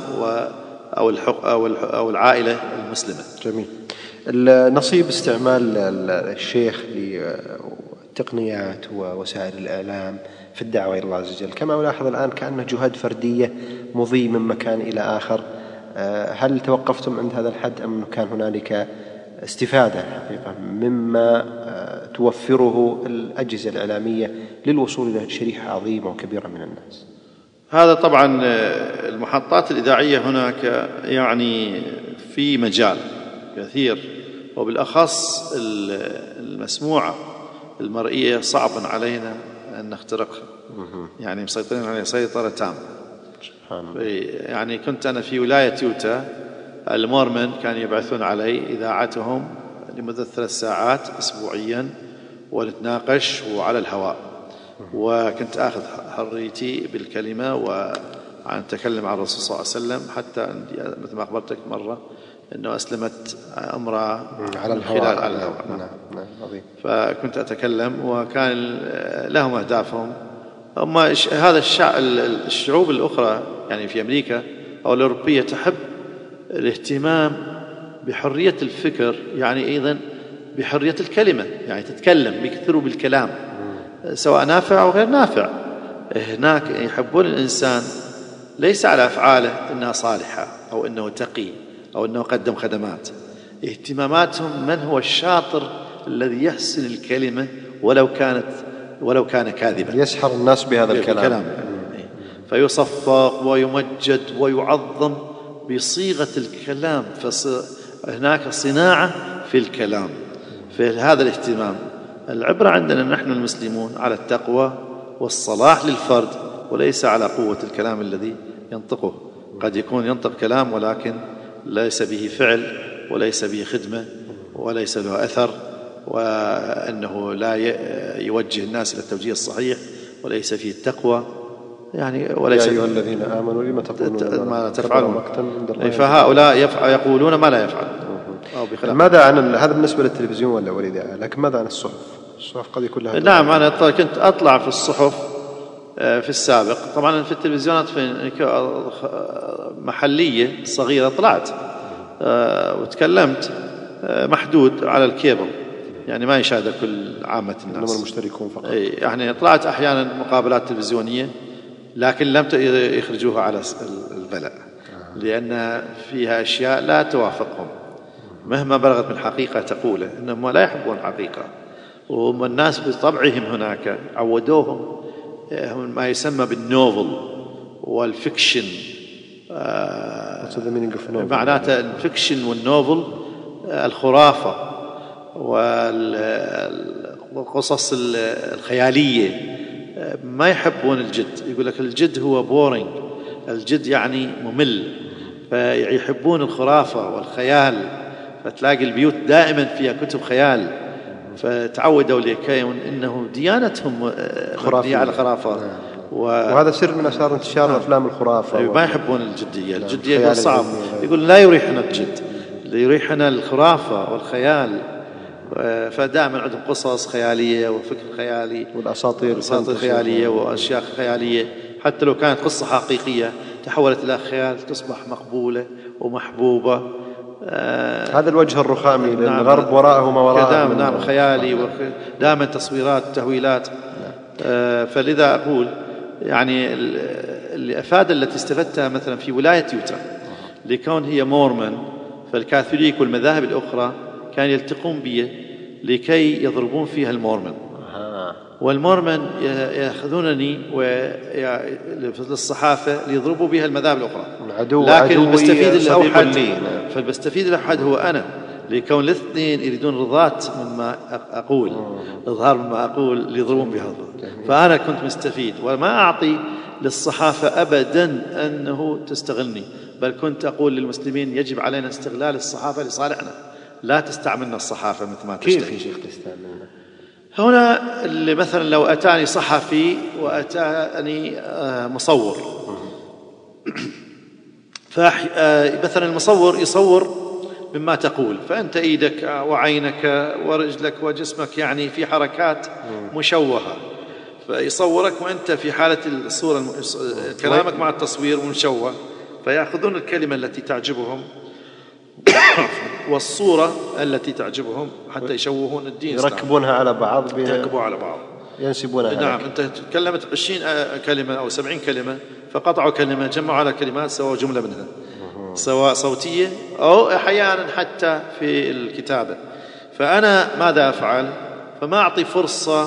أو العائلة المسلمة. جميل. نصيب استعمال الشيخ للتقنيات ووسائل الإعلام في الدعوة إلى الله عز وجل، كما ألاحظ الآن كأنه جهود فردية مضي من مكان إلى آخر، هل توقفتم عند هذا الحد أم أنه كان هنالك استفادة حقيقة مما توفره الأجهزة الإعلامية للوصول إلى شريحة عظيمة وكبيرة من الناس؟ هذا طبعا المحطات الإذاعية هناك يعني في مجال كثير، وبالأخص المسموعة المرئية صعب علينا أن نخترقها، يعني مسيطرين عليها سيطرة تامة. يعني كنت أنا في ولاية يوتا المورمن كانوا يبعثون علي إذاعتهم لمدة 3 ساعات أسبوعيا، ونتناقش وعلى الهواء، وكنت أخذ حريتي بالكلمة وعن تكلم عن الرسول صلى الله عليه وسلم، حتى مثل ما أخبرتك مرة أنه أسلمت امرأة على الهواء. نعم. فكنت أتكلم، وكان لهم أهدافهم. أما هذا الشعوب الأخرى يعني في أمريكا أو الأوروبية تحب الاهتمام بحرية الفكر، يعني أيضا بحرية الكلمة، يعني تتكلم، بيكثروا بالكلام سواء نافع أو غير نافع. هناك يحبون الإنسان ليس على أفعاله إنها صالحة أو إنه تقي أو إنه قدم خدمات، اهتماماتهم من هو الشاطر الذي يحسن الكلمة ولو كان كاذبا، يسحر الناس بهذا الكلام. فيصفق ويمجد ويعظم بصيغة الكلام، فهناك صناعة في الكلام، في هذا الاهتمام. العبرة عندنا نحن المسلمون على التقوى والصلاح للفرد، وليس على قوة الكلام الذي ينطقه. قد يكون ينطق كلام ولكن ليس به فعل، وليس به خدمة، وليس له أثر، وأنه لا يوجه الناس إلى التوجيه الصحيح، وليس فيه التقوى، يعني وليس يا أيها الذين آمنوا لما تقولون ما لا تفعلون. فهؤلاء يقولون ما لا يفعل. ماذا عن هذا بالنسبة للتلفزيون ولا والإذاعة؟ لكن ماذا عن الصحف؟ الصحف قد يكون لها نعم، أنا كنت أطلع في الصحف في السابق. طبعا في التلفزيونات في محلية صغيرة طلعت وتكلمت، محدود على الكيبل، يعني ما يشاهد كل عامة الناس، إنما المشتركون فقط. يعني طلعت أحيانا مقابلات تلفزيونية، لكن لم يخرجوها على البلاء، لأن فيها أشياء لا توافقهم مهما بلغت من حقيقة تقوله، إنهم لا يحبون الحقيقة. وهم الناس بطبعهم هناك عودوهم ما يسمى بالنوفل والفيكشن. معناته الفيكشن والنوفل الخرافة والقصص الخيالية، ما يحبون الجد. يقول لك الجد هو بورينج، الجد يعني ممل، فيحبون الخرافة والخيال، فتلاقي البيوت دائما فيها كتب خيال، فتعودوا لكون إنه ديانتهم مبنية على الخرافة. وهذا سر من أسرار انتشار أفلام الخرافة. ما يحبون الجدية. الجدية يقول صعب، يقول لا يريحنا الجد، يريحنا الخرافة والخيال. فدائما عندهم قصص خيالية وفكر خيالي والأساطير خيالية وأشياء خيالية، حتى لو كانت قصة حقيقية تحولت إلى خيال تصبح مقبولة ومحبوبة. هذا الوجه الرخامي للغرب وراءه ما وراءه. نعم، خيالي ودائما تصويرات تهويلات. فلذا أقول يعني الأفادة التي استفدتها مثلا في ولاية يوتا، لكون هي مورمن، فالكاثوليك والمذاهب الأخرى كانوا يلتقون بي لكي يضربون فيها المورمن. والمورمن يأخذونني للصحافة ليضربوا بها المذاهب الأخرى، لكن فالمستفيد الأوحد هو أنا، لكون الاثنين يريدون رضات مما أقول، إظهار مما أقول ليضربون بها. فأنا كنت مستفيد، وما أعطي للصحافة أبدا أنه تستغلني، بل كنت أقول للمسلمين يجب علينا استغلال الصحافة لصالحنا، لا تستعملنا الصحافة مثل ما تشتهي. كيف شيخ تستعملنا؟ هنا اللي مثلا لو أتاني صحفي وأتاني مصور، فمثلا المصور يصور مما تقول، فأنت إيدك وعينك ورجلك وجسمك يعني في حركات مشوهة، فيصورك وأنت في حالة الصورة، كلامك مع التصوير مشوه، فيأخذون الكلمة التي تعجبهم والصورة التي تعجبهم حتى يشوهون الدين، يركبونها على بعض، ينسبونها. نعم، أنت تكلمت 20 كلمة أو 70 كلمة، فقطعوا كلمة جمعوا على كلمات سواء جملة منها، سواء صوتية أو أحيانا حتى في الكتابة. فأنا ماذا أفعل؟ فما أعطي فرصة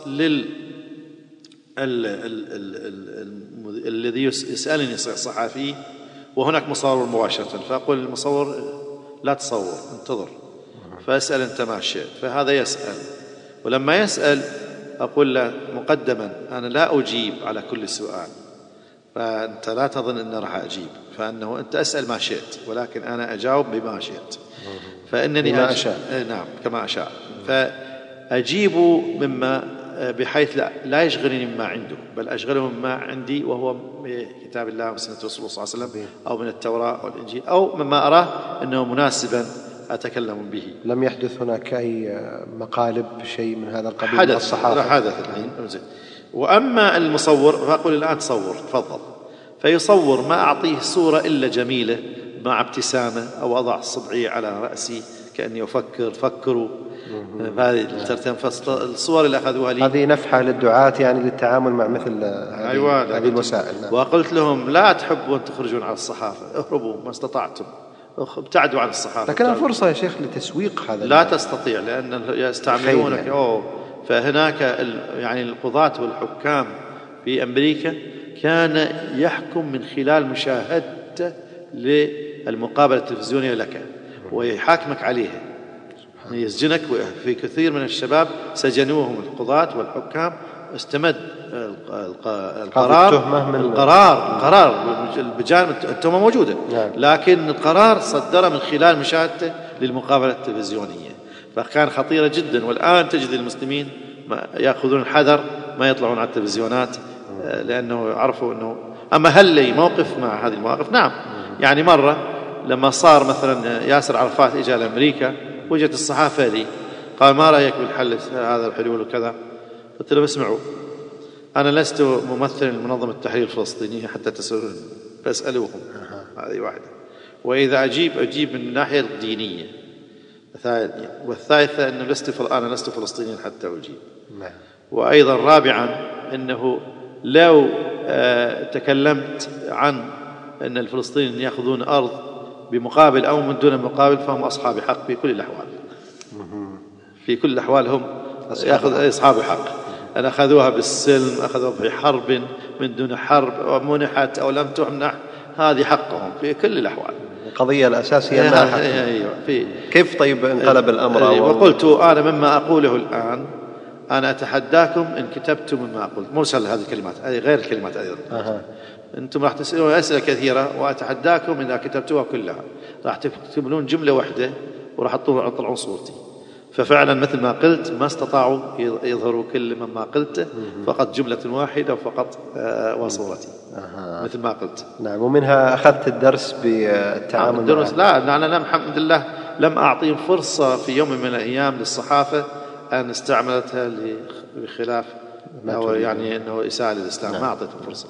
الذي يسألني الصحفي وهناك مصور مباشرة، فأقول للمصور لا تصور، انتظر، فأسأل أنت ما شئت. فهذا يسأل، ولما يسأل أقول له مقدما أنا لا أجيب على كل سؤال، فأنت لا تظن أن راح أجيب، فأنه أنت أسأل ما شئت ولكن أنا أجاوب بما شئت، فإنني بما أشاء. نعم كما أشاء، فأجيب مما بحيث لا يشغلني مما عنده، بل أشغله مما عندي وهو من كتاب الله وسنة رسوله صلى الله عليه وسلم أو من التوراة أو الإنجيل أو مما أراه أنه مناسبا أتكلم به. لم يحدث هناك أي مقالب شيء من هذا القبيل؟ حدث الصحافة حدث الحين. وأما المصور فأقول الآن تصور، تفضل، فيصور ما أعطيه صورة إلا جميلة مع ابتسامة، أو أضع صبعي على رأسي كأني أفكر فكروا هذه الترتيب. الصور اللي أخذوها لي هذه نفحة للدعاة يعني للتعامل مع مثل هذه الوسائل. وقلت لهم لا تحبون تخرجون على الصحافة، اهربوا ما استطعتم، ابتعدوا عن الصحافة. لكنها فرصة يا شيخ لتسويق هذا. لا تستطيع لأن يستعملونك يعني. فهناك يعني القضاة والحكام في أمريكا كان يحكم من خلال مشاهدة للمقابلة التلفزيونية لك ويحاكمك عليها، يسجنك. في كثير من الشباب سجنوهم القضاة والحكام، استمد القرار بجانب التهمة موجودة، لكن القرار صدر من خلال مشاهدته للمقابلة التلفزيونية، فكان خطيرة جدا. والآن تجد المسلمين يأخذون الحذر ما يطلعون على التلفزيونات، لأنه عرفوا أنه. أما هل لي موقف مع هذه المواقف؟ نعم، يعني مرة لما صار مثلا ياسر عرفات إجا لأمريكا وجدت الصحافة لي قال ما رأيك بالحل هذا الحلول وكذا؟ قلت له اسمعوا، أنا لست ممثلا لمنظمة التحرير الفلسطينية حتى تسألون، فاسألوهم. هذه واحدة. وإذا أجيب من الناحية الدينية. والثالثة أنه أنا لست فلسطينيا حتى أجيب. وأيضا رابعا أنه لو تكلمت عن أن الفلسطينيين يأخذون أرض بمقابل أو من دون مقابل فهم أصحاب حق في كل الأحوال. في كل الأحوال هم أصحاب حق، أن أخذوها بالسلم، أخذوها بحرب من دون حرب، أو منحت أو لم تمنح، هذه حقهم في كل الأحوال. القضية الأساسية كيف طيب انقلب الأمر؟ وقلت أنا مما أقوله الآن أنا أتحداكم إن كتبتم مما أقول، مرسل هذه الكلمات، هذه غير الكلمات أيضا. أنتم راح تسألون أسئلة كثيرة، وأتحداكم إذا كتبتوها كلها راح تكتبون جملة واحدة وراح تطلعون صورتي. ففعلا مثل ما قلت ما استطاعوا يظهروا كل مما قلته، فقط جملة واحدة وفقط وصورتي مثل ما قلت. نعم. ومنها أخذت الدرس بالتعامل الدرس لا، أنا الحمد لله لم أعطيهم فرصة في يوم من الأيام للصحافة أن استعملتها بخلاف أو يعني أنه إساءة للإسلام. ما أعطيتهم فرصة.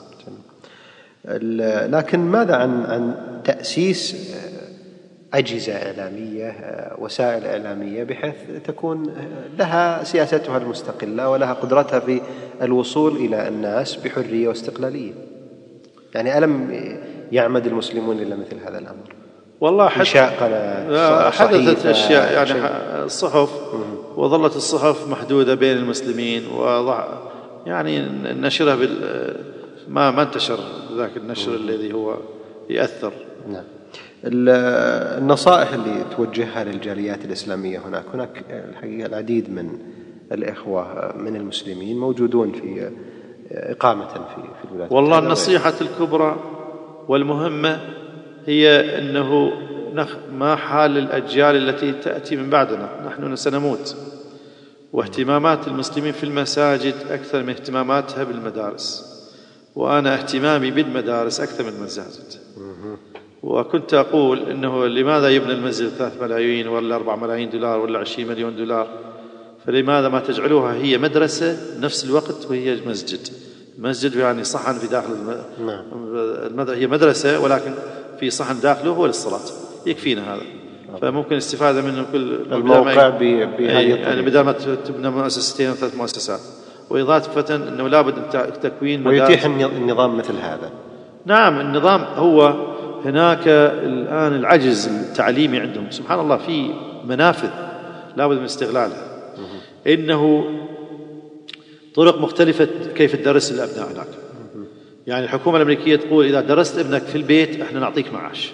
لكن ماذا عن تأسيس أجهزة إعلامية، وسائل إعلامية، بحيث تكون لها سياستها المستقلة ولها قدرتها في الوصول إلى الناس بحرية واستقلالية؟ يعني ألم يعمد المسلمون إلى مثل هذا الأمر؟ والله حدثت أشياء يعني الصحف، وظلت الصحف محدودة بين المسلمين، يعني نشرها ما انتشر ذاك النشر الذي هو يأثر. نعم. النصائح اللي توجهها للجاليات الإسلامية هناك الحقيقة العديد من الإخوة من المسلمين موجودون في إقامة في الولايات. والله النصيحة الكبرى والمهمة هي أنه ما حال الأجيال التي تأتي من بعدنا. نحن سنموت، واهتمامات المسلمين في المساجد أكثر من اهتماماتها بالمدارس، وأنا اهتمامي بالمدارس أكثر من المساجد. وكنت أقول إنه لماذا يبنى المسجد 3 ملايين ولا 4 ملايين دولار ولا 20 مليون دولار؟ فلماذا ما تجعلوها هي مدرسة نفس الوقت وهي مسجد يعني صحن في داخل هي مدرسة ولكن في صحن داخله هو للصلاة، يكفينا هذا. فممكن استفادة منه كل الموقع بهذه يعني بدل ما تبنى مؤسستين أو 3 مؤسسات. وإضافة أنه لابد من تكوين ويتيح النظام مثل هذا. نعم، النظام هو هناك الآن العجز التعليمي عندهم سبحان الله، في منافذ لابد من استغلالها. إنه طرق مختلفة كيف تدرس الأبناء هناك. يعني الحكومة الأمريكية تقول إذا درست ابنك في البيت إحنا نعطيك معاش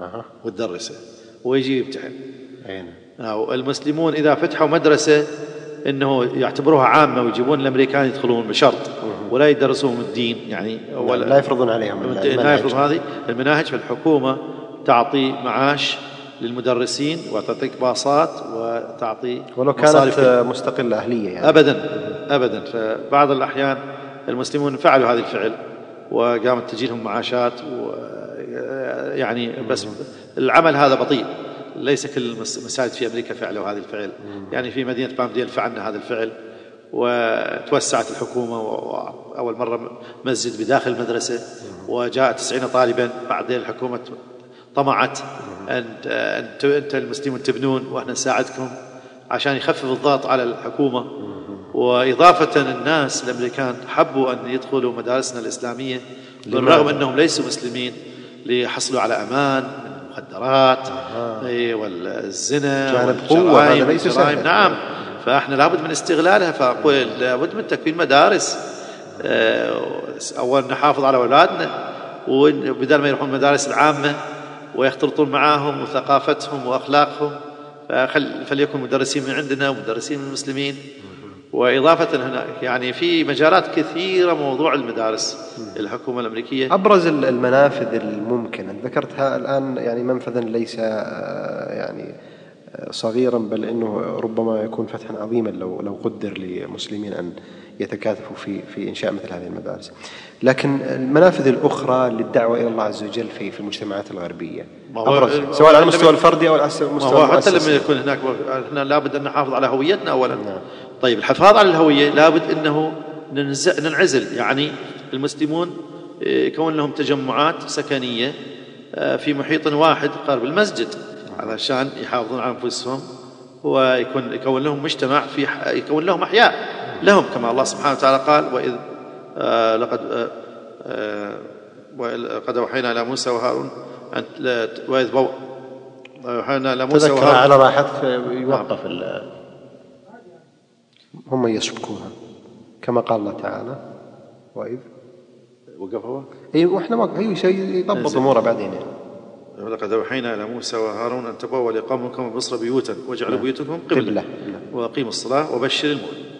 وتدرسه ويجي يمتحن. المسلمون إذا فتحوا مدرسة أنه يعتبروها عامة ويجيبون الأمريكان يدخلون بشرط ولا يدرسوهم الدين، يعني لا يفرضون عليهم لا يفرض هذه المناهج. فالحكومة تعطي معاش للمدرسين وتعطيك باصات وتعطي ولو كانت مستقلة أهلية يعني. أبدا. فبعض الأحيان المسلمون فعلوا هذا الفعل وقامت تجيلهم معاشات يعني بس العمل هذا بطيء. ليس كل المساجد في أمريكا فعلوا هذا الفعل، يعني في مدينة بامديل فعلنا هذا الفعل وتوسعت الحكومة، وأول مرة مسجد بداخل المدرسة وجاء 90 طالبا. بعدين الحكومة طمعت أنت المسلمون تبنون وإحنا نساعدكم عشان يخفف الضغط على الحكومة. وإضافة الناس الأمريكان حبوا أن يدخلوا مدارسنا الإسلامية بالرغم أنهم ليسوا مسلمين، ليحصلوا على أمان من المخدرات والزنا جانب قوة، هذا ليس سهل. نعم، فإحنا لابد من استغلالها. فأقول لابد من تكوين مدارس. أولا نحافظ على أولادنا، وبدل ما يروحون المدارس العامة ويختلطون معاهم وثقافتهم وأخلاقهم، فليكن مدرسين من عندنا ومدرسين من المسلمين. وإضافة هنا يعني في مجالات كثيرة موضوع المدارس الحكومة الأمريكية. أبرز المنافذ الممكنة ذكرتها الآن، يعني منفذا ليس يعني صغيرا، بل إنه ربما يكون فتحا عظيما لو قدر لمسلمين أن يتكاتفوا في إنشاء مثل هذه المدارس. لكن المنافذ الأخرى للدعوة إلى الله عز وجل في المجتمعات الغربية سواء على المستوى الفردي أو على المستوى حتى لما يكون هناك احنا لابد أن نحافظ على هويتنا أولا. نعم. طيب الحفاظ على الهوية لابد أنه ننعزل، يعني المسلمون يكون لهم تجمعات سكنية في محيط واحد قرب المسجد علشان يحافظون على أنفسهم، ويكون لهم مجتمع يكون لهم أحياء لهم، كما الله سبحانه وتعالى قال: وإذ لقد أوحينا إلى موسى وهارون وإذ أوحينا إلى موسى وهارون. على راحتك يوقف هم يسبكوها كما قال الله تعالى: وإذ وقف هو وإحنا يضبط أموره بعدين. لقد أوحينا إلى موسى وهارون أن تبوأوا لقومكم بمصر بيوتا واجعلوا بيوتكم قبلة وأقيموا الصلاة وبشر المؤمنين.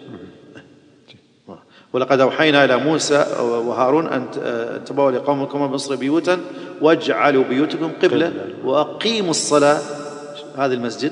ولقد أوحينا إلى موسى وهارون أن تبوأوا لقومكم بمصر بيوتا واجعلوا بيوتكم قبلة وأقيموا الصلاة، هذا المسجد،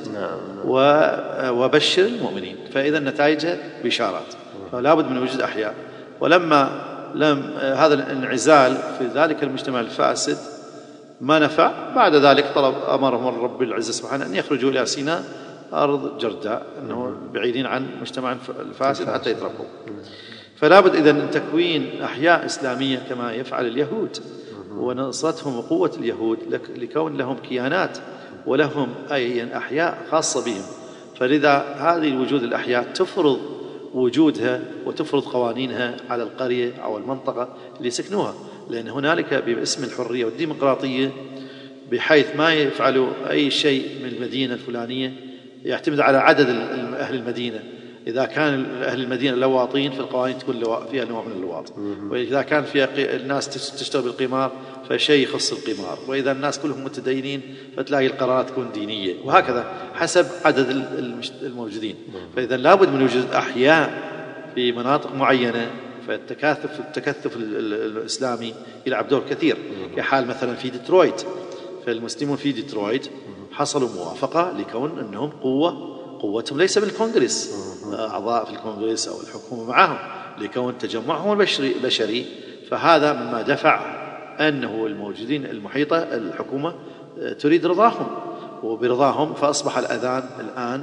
وبشر المؤمنين. فإذا نتائجها بشارات، فلا بد من وجود أحياء. ولما لم هذا الانعزال في ذلك المجتمع الفاسد ما نفع، بعد ذلك أمرهم رب العزة سبحانه أن يخرجوا إلى سيناء أرض جرداء، أنه بعيدين عن مجتمع الفاسد حتى يتربوا. فلا بد إذن من تكوين أحياء إسلامية كما يفعل اليهود، ونصرتهم وقوة اليهود لكون لهم كيانات ولهم أي أحياء خاصة بهم. فلذا هذه الوجود الأحياء تفرض وجودها وتفرض قوانينها على القرية أو المنطقة اللي يسكنوها، لأن هنالك باسم الحرية والديمقراطية، بحيث ما يفعلوا أي شيء من المدينة الفلانية يعتمد على عدد أهل المدينة. إذا كان أهل المدينة لواطين فالقوانين تكون فيها نوع من اللواط، وإذا كان فيها الناس تشتغل بالقمار فشيء يخص القمار، وإذا الناس كلهم متدينين فتلاقي القرارات تكون دينية، وهكذا حسب عدد الموجودين. فإذا لابد من وجود أحياء في مناطق معينة، فالتكثف الإسلامي يلعب دور كثير. كحال مثلا في ديترويت، فالمسلمون في ديترويت حصلوا موافقة لكون أنهم قوتهم ليس بالكونغرس، أعضاء في الكونغرس أو الحكومة معهم، لكون تجمعهم البشري. فهذا مما دفع أنه الموجودين المحيطة الحكومة تريد رضاهم، وبرضاهم فأصبح الأذان الآن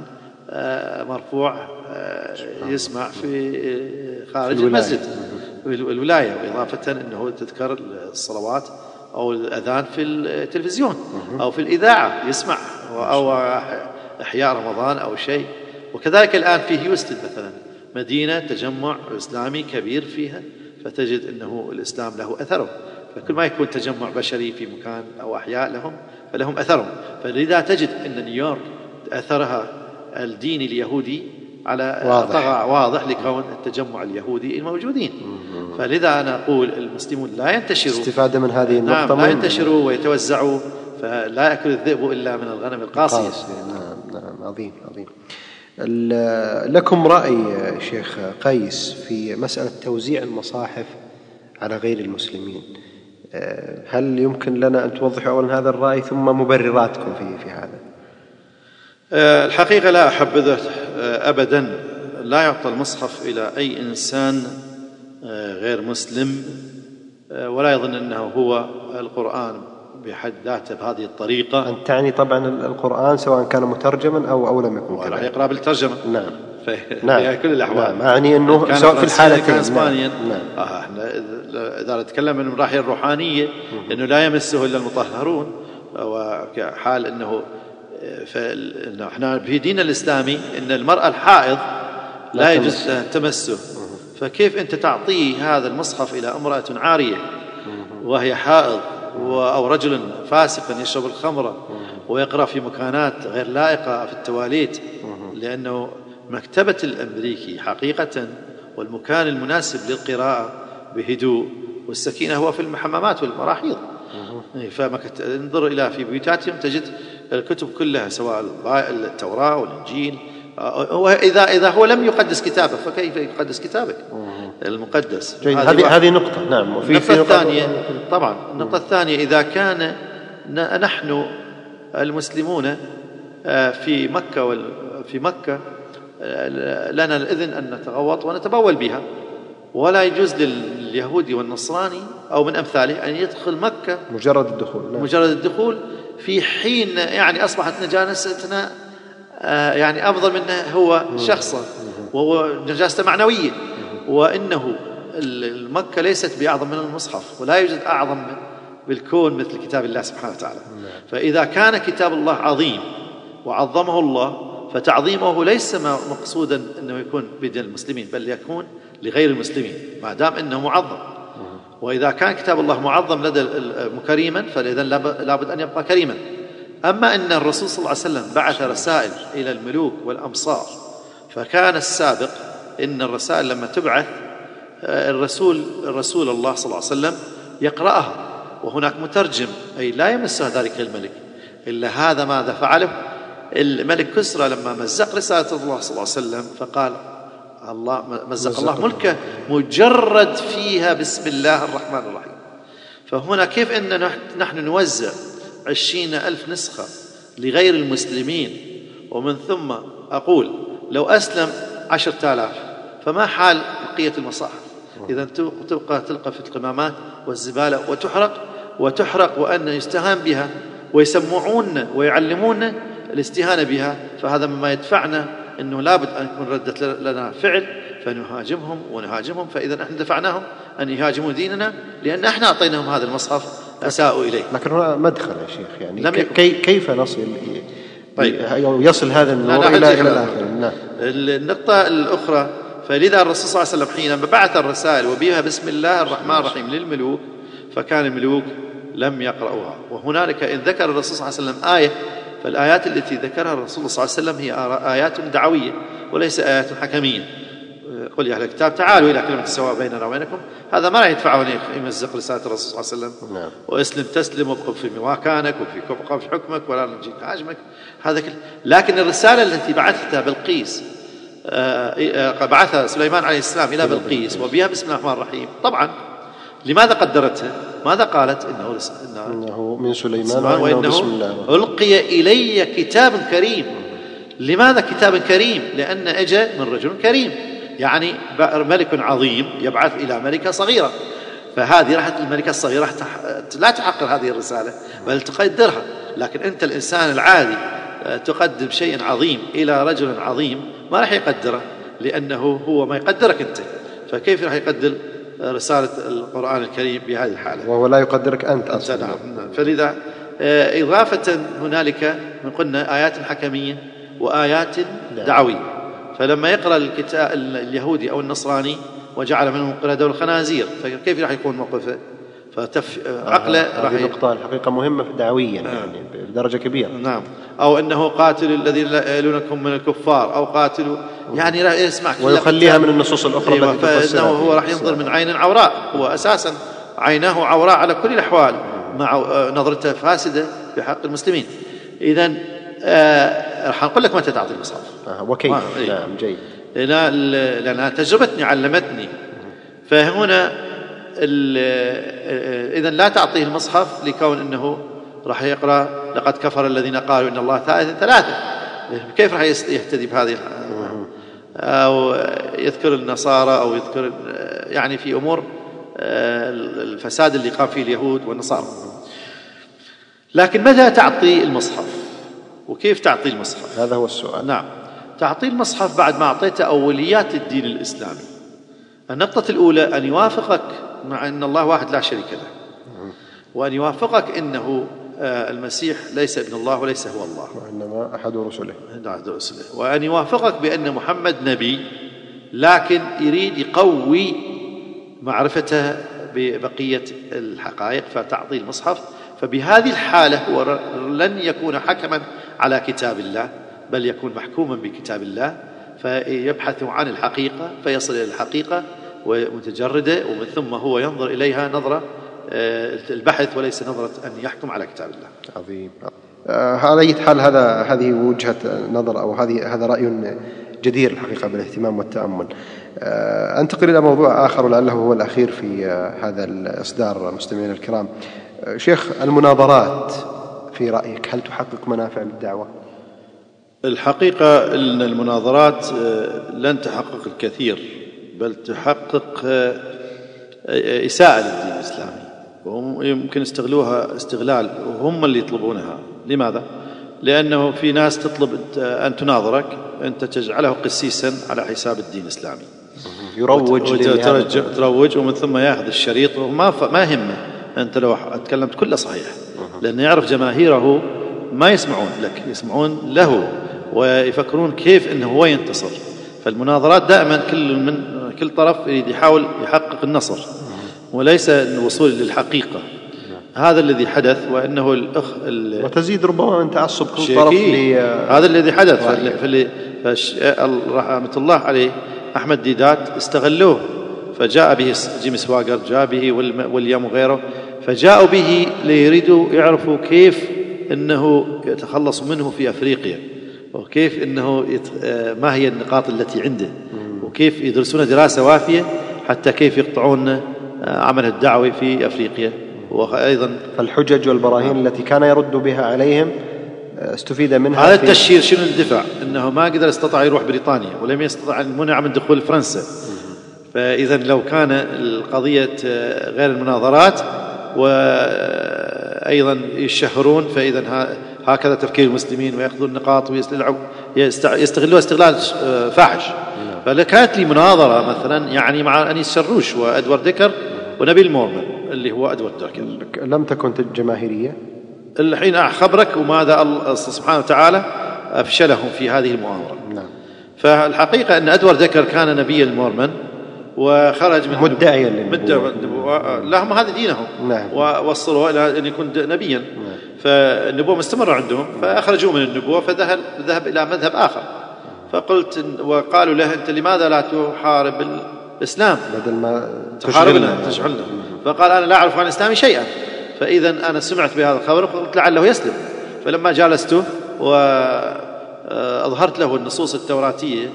مرفوع يسمع في خارج المسجد الولاية، وإضافة أنه تذكر الصلوات أو الأذان في التلفزيون أو في الإذاعة يسمع، أو إحياء رمضان أو شيء. وكذلك الآن في هيوستن مثلا، مدينة تجمع إسلامي كبير فيها، فتجد أنه الإسلام له أثره. فكل ما يكون تجمع بشري في مكان أو أحياء فلهم أثرهم. فلذا تجد أن نيويورك أثرها الديني اليهودي على واضح لكون التجمع اليهودي الموجودين. فلذا أنا أقول المسلمون لا ينتشروا، استفادة من هذه النقطة، لا ينتشروا ويتوزعوا، فلا يأكل الذئب إلا من الغنم القاصية. نعم، عظيم. لكم رأي شيخ قيس في مسألة توزيع المصاحف على غير المسلمين؟ هل يمكن لنا أن توضحوا أولا هذا الرأي ثم مبرراتكم في هذا؟ الحقيقة لا أحبذ أبدا، لا يعطى المصحف إلى أي إنسان غير مسلم ولا يظن أنه هو القرآن بحد ذاته بهذه الطريقة. أنت تعني طبعا القرآن سواء كان مترجما أو لم يكن كذلك. راح يقرأ بالترجمة. نعم. في كل الأحوال. نعم. يعني أنه سواء في الحالتين. كان إسبانيا. نعم. احنا إذا نتكلم من الناحية الروحانية أنه لا يمسه إلا المطهرون، وحال أنه احنا في دين الإسلامي أن المرأة الحائض لا يجوز تمسه، فكيف أنت تعطيه هذا المصحف إلى امرأة عارية وهي حائض، أو رجل فاسق يشرب الخمر ويقرأ في مكانات غير لائقة في التواليت؟ لأنه مكتبة الأمريكي حقيقة والمكان المناسب للقراءة بهدوء والسكينة هو في الحمامات والمراحيض. فانظر إلى في بيوتاتهم تجد الكتب كلها سواء التوراة والإنجيل، إذا هو لم يقدس كتابه فكيف يقدس كتابك المقدس؟ هذه نقطة. نعم. النقطة الثانية طبعا، النقطة الثانية إذا كان نحن المسلمون في مكة لنا الإذن أن نتغوط ونتبول بها، ولا يجوز لليهودي والنصراني أو من أمثاله أن يدخل مكة مجرد الدخول. لا. مجرد الدخول في حين يعني أصبحت نجاستنا يعني أفضل منه هو شخصا، وهو نجاسة معنوية، وإنه المكة ليست بأعظم من المصحف، ولا يوجد أعظم بالكون مثل كتاب الله سبحانه وتعالى. فإذا كان كتاب الله عظيم وعظمه الله فتعظيمه ليس مقصودا أنه يكون بين المسلمين، بل يكون لغير المسلمين ما دام أنه معظم. وإذا كان كتاب الله معظم لدى كريما فإذا لابد أن يبقى كريما. أما أن الرسول صلى الله عليه وسلم بعث رسائل إلى الملوك والأمصار، فكان السابق إن الرسائل لما تبعث الرسول الله صلى الله عليه وسلم يقرأها وهناك مترجم، أي لا يمسها ذلك الملك. إلا هذا ماذا فعله الملك كسرى لما مزق رسالة الله صلى الله عليه وسلم، فقال الله مزق الله ملكه مجرد فيها بسم الله الرحمن الرحيم. فهنا كيف أن نحن نوزع 20,000 نسخة لغير المسلمين، ومن ثم أقول لو أسلم 10,000 فما حال بقية المصاحف؟ إذا تلقى في القمامات والزبالة وتحرق وأن يستهان بها ويسمعون ويعلمون الاستهانة بها. فهذا مما يدفعنا أنه لابد أن يكون ردت لنا فعل فنهاجمهم. فإذا نحن دفعناهم أن يهاجموا ديننا لأن احنا أعطيناهم هذا المصحف أساءوا إليه. لكن هنا مدخل يا شيخ، يعني كيف نصل يصل هذا النور إلى الآخر؟ النقطة الأخرى، فلذا الرسول صلى الله عليه وسلم حينما بعث الرسائل وبها بسم الله الرحمن الرحيم للملوك فكان الملوك لم يقرأوها. وهنالك إن ذكر الرسول صلى الله عليه وسلم آية، فالآيات التي ذكرها الرسول صلى الله عليه وسلم هي آيات دعوية وليس آيات حكمية. قل يا أهل الكتاب تعالوا إلى كلمة سواء بيننا وبينكم، هذا ما راح يدفعه أن يمزق رسالة الرسول صلى الله عليه وسلم. واسلم تسلم وابقى في مكانك وفي حكمك ولا نجيك هاجمك، هذا لكن الرسالة التي بعثتها بلقيس بعثها سليمان عليه السلام إلى بلقيس وبها بسم الله الرحمن الرحيم، طبعا لماذا قدرتها؟ ماذا قالت؟ إنه من سليمان وإنه ألقي إلي كتاب كريم. لماذا كتاب كريم؟ لأن أجى من رجل كريم، يعني ملك عظيم يبعث إلى ملكة صغيرة، فهذه راحت الملكة الصغيرة لا تحقر هذه الرسالة بل تقدرها. لكن أنت الإنسان العادي تقدم شيء عظيم إلى رجل عظيم ما راح يقدره، لأنه هو ما يقدرك أنت، فكيف راح يقدر رسالة القرآن الكريم بهذه الحالة وهو لا يقدرك أنت أصلا؟ نعم. فلذا إضافة هنالك من قلنا آيات حكمية وآيات دعوية. فلما يقرأ الكتاب اليهودي أو النصراني وجعل منهم قردة والخنازير فكيف راح يكون موقفه؟ عقله هذه نقطة الحقيقة مهمة دعويا يعني بدرجة كبيرة. نعم. أو أنه قاتلوا الذين لا يلونكم من الكفار، أو قاتلوا يعني لا يسمع ويخليها من النصوص الأخرى التي فإنه هو راح ينظر من عين عوراء، هو أساسا عيناه عوراء على كل الأحوال مع نظرته فاسدة بحق المسلمين. إذن راح نقول لك متى تعطي المصحف. وكيف؟ نعم جيد. لأن تجربتني علمتني. فهنا إذن لا تعطيه المصحف لكون أنه راح يقرأ لقد كفر الذين قالوا إن الله ثلاثة. كيف راح يهتدي بهذه؟ أو يذكر النصارى أو يذكر يعني في أمور الفساد اللي قام فيه اليهود والنصارى. لكن متى تعطي المصحف وكيف تعطي المصحف؟ هذا هو السؤال. نعم، تعطي المصحف بعد ما أعطيته أوليات الدين الإسلامي. النقطة الأولى أن يوافقك مع أن الله واحد لا شريك له، وأن يوافقك أنه المسيح ليس ابن الله وليس هو الله وإنما أحد رسله، وأن يوافقك بأن محمد نبي، لكن يريد يقوي معرفته ببقية الحقائق فتعطي المصحف. فبهذه الحالة هو لن يكون حكما على كتاب الله، بل يكون محكوما بكتاب الله، فيبحث عن الحقيقة فيصل إلى الحقيقة ومتجردة، ومن ثم هو ينظر إليها نظرة البحث وليس نظرة أن يحكم على كتاب الله. عظيم. على أي حال هذه وجهة نظر أو هذا رأي جدير الحقيقة بالاهتمام والتأمل. أنتقل إلى موضوع آخر ولعله هو الأخير في هذا الإصدار. مستمعينا الكرام، شيخ، المناظرات في رأيك هل تحقق منافع للدعوة؟ الحقيقة أن المناظرات لن تحقق الكثير، بل تحقق إساءة للدين الإسلامي، وهم يمكن يستغلوها استغلال وهم اللي يطلبونها. لماذا؟ لأنه في ناس تطلب أن تناظرك أنت تجعله قسيسا على حساب الدين الإسلامي، تروج ومن ثم يأخذ الشريط وما يهمه أنت لو تكلمت كله صحيح، لأنه يعرف جماهيره ما يسمعون لك، يسمعون له ويفكرون كيف أنه هو ينتصر. فالمناظرات دائما كل طرف يحاول يحقق النصر وليس الوصول للحقيقة. هذا الذي حدث، وأنه وتزيد ربما من تعصب كل طرف هذا الذي حدث. رحمة الله عليه أحمد ديدات استغلوه، فجاء به جيمس واقر، جاء به واليام وغيره، فجاءوا به ليريدوا يعرفوا كيف أنه يتخلصوا منه في أفريقيا، وكيف أنه ما هي النقاط التي عنده، وكيف يدرسون دراسة وافية حتى كيف يقطعون عمل الدعوي في أفريقيا. وأيضا فالحجج والبراهين التي كان يرد بها عليهم استفيد منها. هذا التشهير شنو الدفع؟ أنه ما قدر استطاع يروح بريطانيا، ولم يستطع أن منع من دخول فرنسا. فإذا لو كان القضية غير المناظرات وأيضا يشهرون، فإذا هكذا تفكير المسلمين ويأخذون النقاط ويستغلوا استغلال فاحش. فكانت لي مناظرة مثلا يعني مع أنيس شروش وأدوارد ديكر ونبيل مورمان اللي هو أدوارد ديكر، لم تكن جماهيرية. الحين أخبرك وماذا الله سبحانه وتعالى أفشلهم في هذه المؤامرة. نعم. فالحقيقة أن أدوارد ديكر كان نبي المورمان وخرج من مدعيا لهم هذا دينهم. نعم. ووصلوا إلى أن يكون نبيا. نعم. فالنبوة مستمرة عندهم، فأخرجوا من النبوة فذهب إلى مذهب آخر. فقلت وقالوا له أنت لماذا لا تحارب الإسلام بدل ما تحاربنا تشعلنا؟ فقال أنا لا أعرف عن الإسلام شيئا. فإذا أنا سمعت بهذا الخبر وقلت لعله يسلم. فلما جالسته وأظهرت له النصوص التوراتية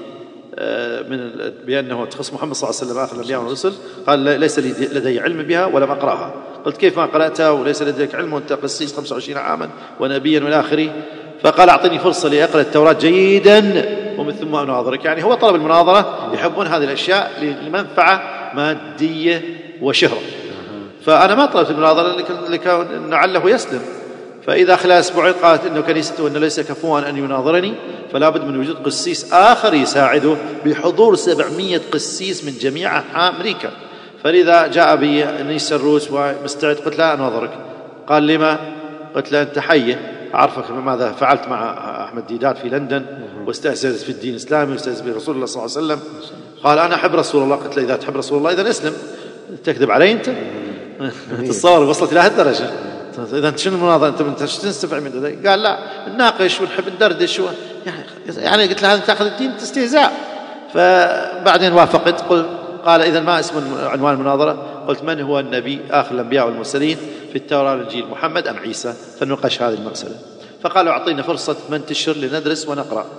بأنه تخص محمد صلى الله عليه وسلم آخر الأنبياء والرسل، قال ليس لدي علم بها ولم أقرأها. قلت كيف ما قرأتها وليس لديك علم وأنت قسيس 25 عاما ونبيا والى آخره؟ فقال أعطني فرصة لأقرأ التوراة جيدا ومن ثم أناظرك. يعني هو طلب المناظرة، يحبون هذه الأشياء لمنفعة مادية وشهرة. فأنا ما طلبت المناظرة لكون لعله يسلم. فإذا خلال أسبوعين قالت إنه كنيسته أنه ليس كفوا أن يناظرني، فلا بد من وجود قسيس آخر يساعده بحضور 700 قسيس من جميع أمريكا. فلذا جاء بي أنيس الروس ومستعد. قلت لا أناظرك. قال لما؟ قلت له أنت حية، أعرفك ماذا فعلت مع أحمد ديدات في لندن واستهزأت في الدين الإسلامي واستهزأت برسول الله صلى الله عليه وسلم. قال أنا أحب رسول الله. قلت له إذا تحب رسول الله إذن أسلم، تكذب علي أنت؟ تتصور وصلت إلى هالدرجة؟ إذا شنو المناظرة؟ أنت شو تستفع من ذلك؟ قال لا نناقش ونحب ندردش يعني قلت له هذا تأخذ الدين استهزاء. فبعدين وافقت. قال إذا ما اسم عنوان المناظرة؟ قلت من هو النبي آخر الأنبياء والمرسلين في التوراة والإنجيل، محمد أم عيسى؟ فنناقش هذه المسألة. فقالوا أعطينا فرصة 8 أشهر لندرس ونقرأ.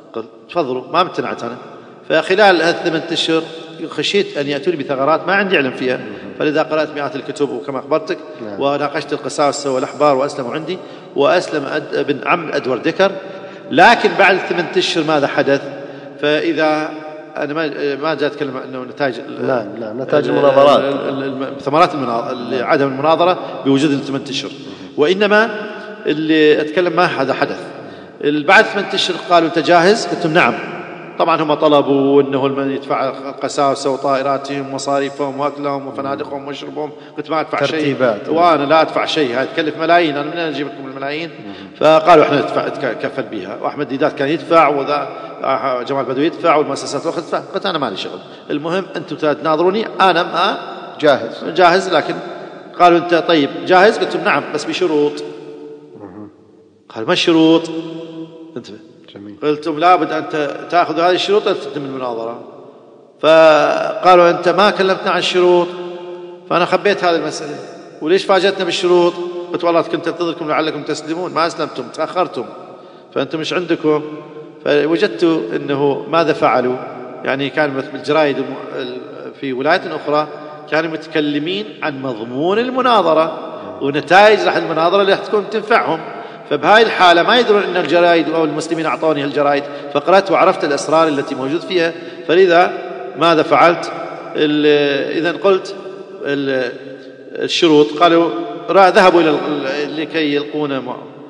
قلت تفضلوا، ما امتنعت أنا. فخلال هالثمان أشهر خشيت أن يأتوني بثغرات ما عندي علم فيها، فلذا قرأت مئات الكتب وكما أخبرتك، وناقشت القساوسة والأحبار وأسلموا عندي، وأسلم ابن عم أدوارد ديكر. لكن بعد 8 أشهر ماذا حدث؟ فإذا أنا ما جاء أتكلم أنه نتائج نتائج المناظرات، ثمرات عدم المناظرة بوجود 8 أشهر، وإنما اللي أتكلم ما هذا حدث. بعد 8 أشهر قالوا أنت جاهز؟ قلت نعم. طبعا هم طلبوا أنه من يدفع القساوسة وطائراتهم ومصاريفهم وأكلهم وفنادقهم ومشربهم. قلت ما أدفع شيء، وأنا لا أدفع شيء، هذا تكلف ملايين، أنا من أين أجيب لكم الملايين؟ فقالوا إحنا ندفع، كفل بها، وأحمد ديدات كان يدفع، وذا جمال بدوي يدفع، والمؤسسات الأخرى تدفع. قلت أنا مالي شغل، المهم أنتم تناظروني، أنا ما جاهز. لكن قالوا أنت طيب جاهز؟ قلت نعم بس بشروط. قال ما الشروط؟ انتبه. قلتم لابد أن تأخذوا هذه الشروط لتتم المناظرة. فقالوا أنت ما كلمتنا عن الشروط، فأنا خبيت هذه المسألة. وليش فاجأتنا بالشروط؟ قلت والله كنت أنتظركم لعلكم تسلمون، ما أسلمتم، تأخرتم، فأنتم مش عندكم. فوجدت أنه ماذا فعلوا، يعني كان بالجرائد في ولايات أخرى كانوا متكلمين عن مضمون المناظرة ونتائج راح المناظرة اللي تكون تنفعهم. فبهاي الحالة ما يدرون أن الجرائد أو المسلمين أعطوني هالجرائد، فقرأت وعرفت الأسرار التي موجود فيها. فلذا ماذا فعلت؟ إذن قلت الشروط. قالوا ذهبوا لكي يلقون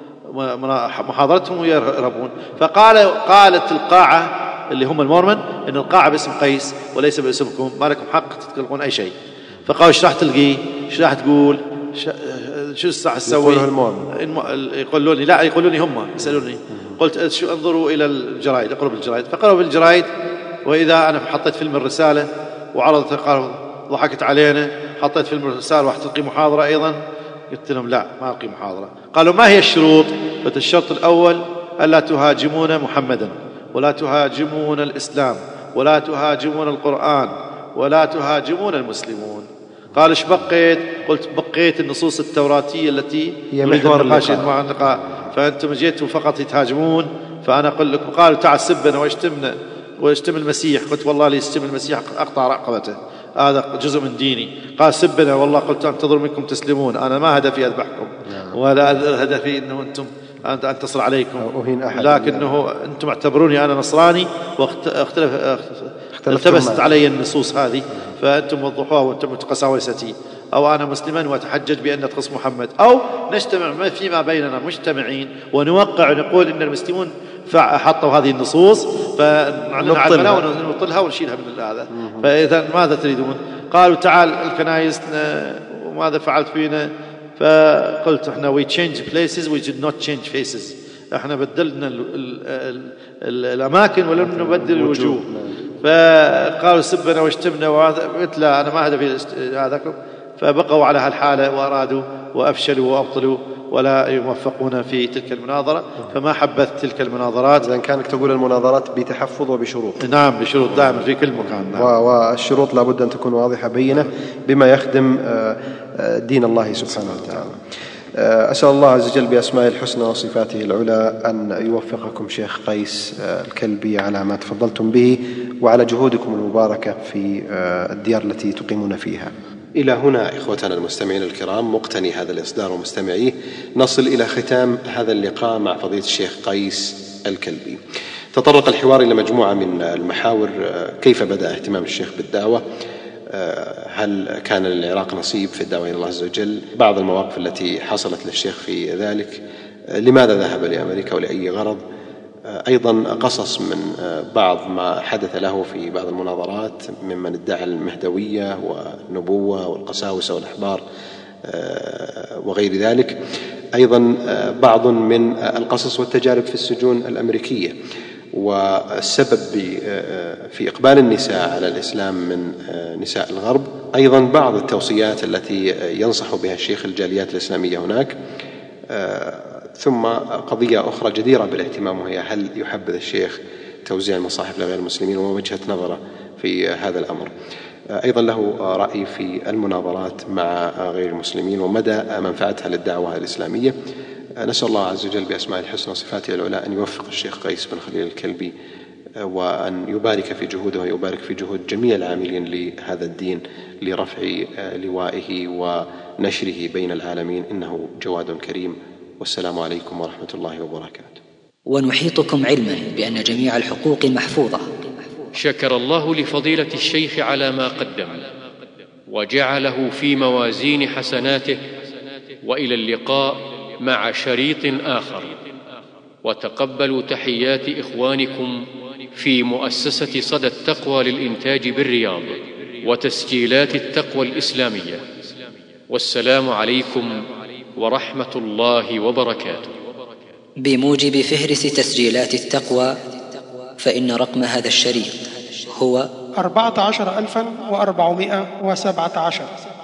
محاضرتهم ويهربون. قالت القاعة اللي هم المورمن إن القاعة باسم قيس وليس باسمكم، ما لكم حق تلقون أي شيء. فقالوا ايش راح تلقي؟ ايش راح تقول؟ شو الصح تسوي؟ يقولوني لا، يقولوني هم يسألوني. قلت شو انظروا إلى الجرائد، اقروا بالجرائد. فقرأوا بالجرائد، وإذا أنا حطيت فيلم الرسالة وعرضت، قالوا ضحكت علينا، حطيت فيلم الرسالة وراح تلقي محاضرة أيضا. قلت لهم لا ما ألقي محاضرة. قالوا ما هي الشروط؟ قلت الشرط الأول ألا تهاجمون محمدا، ولا تهاجمون الإسلام، ولا تهاجمون القرآن، ولا تهاجمون المسلمون. قال ايش بقيت؟ قلت بقيت النصوص التوراتية التي هي محور اللقاء، فأنتم جيتوا فقط يتهاجمون. فأنا أقول لكم، قالوا تعال سبنا واشتم المسيح. قلت والله اللي يشتم المسيح أقطع رقبته، هذا جزء من ديني. قال سبنا، والله قلت أنتظر منكم تسلمون، أنا ما هدفي أذبحكم ولا هدفي أنه أنتم أنتصر عليكم، لكنه أنتم اعتبروني أنا نصراني التبست علي النصوص هذه، فأنتم وضحوها وأنتم قساوستي. أو أنا مسلما وأتحجج بأن تخص محمد، أو نجتمع فيما بيننا مجتمعين ونوقع ونقول إن المسلمون حطوا هذه النصوص ونبطلها ونشيلها من هذا. فإذا ماذا تريدون؟ قالوا تعال الكنائس، وماذا فعلت فينا؟ فقلت احنا we change places we did not change faces، احنا بدلنا الأماكن ولم نبدل الوجوه. فقالوا سبنا واشتمنا، قلت لا أنا ما هدفي هذاكم. فبقوا على هالحالة وأرادوا وأفشلوا وأبطلوا ولا يوفقون في تلك المناظرة. فما حبثت تلك المناظرات. إذن كانك تقول المناظرات بتحفظ وبشروط. نعم بشروط دائما في كل مكان. نعم. والشروط لابد أن تكون واضحة بينة بما يخدم دين الله سبحانه وتعالى. أسأل الله عز وجل بأسمائه الحسنى وصفاته العلى أن يوفقكم شيخ قيس الكلبي على ما تفضلتم به وعلى جهودكم المباركة في الديار التي تقيمون فيها. إلى هنا إخوتنا المستمعين الكرام، مقتني هذا الإصدار ومستمعيه، نصل إلى ختام هذا اللقاء مع فضيلة الشيخ قيس الكلبي. تطرق الحوار إلى مجموعة من المحاور: كيف بدأ اهتمام الشيخ بالدعوة؟ هل كان للعراق نصيب في الدعوة إلى الله عز وجل؟ بعض المواقف التي حصلت للشيخ في ذلك، لماذا ذهب لأمريكا ولأي غرض؟ أيضا قصص من بعض ما حدث له في بعض المناظرات ممن ادعى المهدوية والنبوة والقساوسة والأحبار وغير ذلك. أيضا بعض من القصص والتجارب في السجون الأمريكية، والسبب في إقبال النساء على الإسلام من نساء الغرب. أيضا بعض التوصيات التي ينصح بها الشيخ الجاليات الإسلامية هناك. ثم قضية أخرى جديرة بالاهتمام، وهي هل يحبذ الشيخ توزيع المصاحف لغير المسلمين، وما وجهة نظره في هذا الأمر. أيضا له رأي في المناظرات مع غير المسلمين ومدى منفعتها للدعوة الإسلامية. نسأل الله عز وجل بأسماء الحسنى وصفاته العلى أن يوفق الشيخ قيس بن خليل الكلبي، وأن يبارك في جهوده ويبارك في جهود جميع العاملين لهذا الدين لرفع لوائه ونشره بين العالمين، إنه جواد كريم. والسلام عليكم ورحمة الله وبركاته. ونحيطكم علما بأن جميع الحقوق محفوظة. شكر الله لفضيلة الشيخ على ما قدم وجعله في موازين حسناته، وإلى اللقاء مع شريط آخر. وتقبلوا تحيات إخوانكم في مؤسسة صدى التقوى للإنتاج بالرياض وتسجيلات التقوى الإسلامية. والسلام عليكم ورحمة الله وبركاته. بموجب فهرس تسجيلات التقوى، فإن رقم هذا الشريط هو 14,417.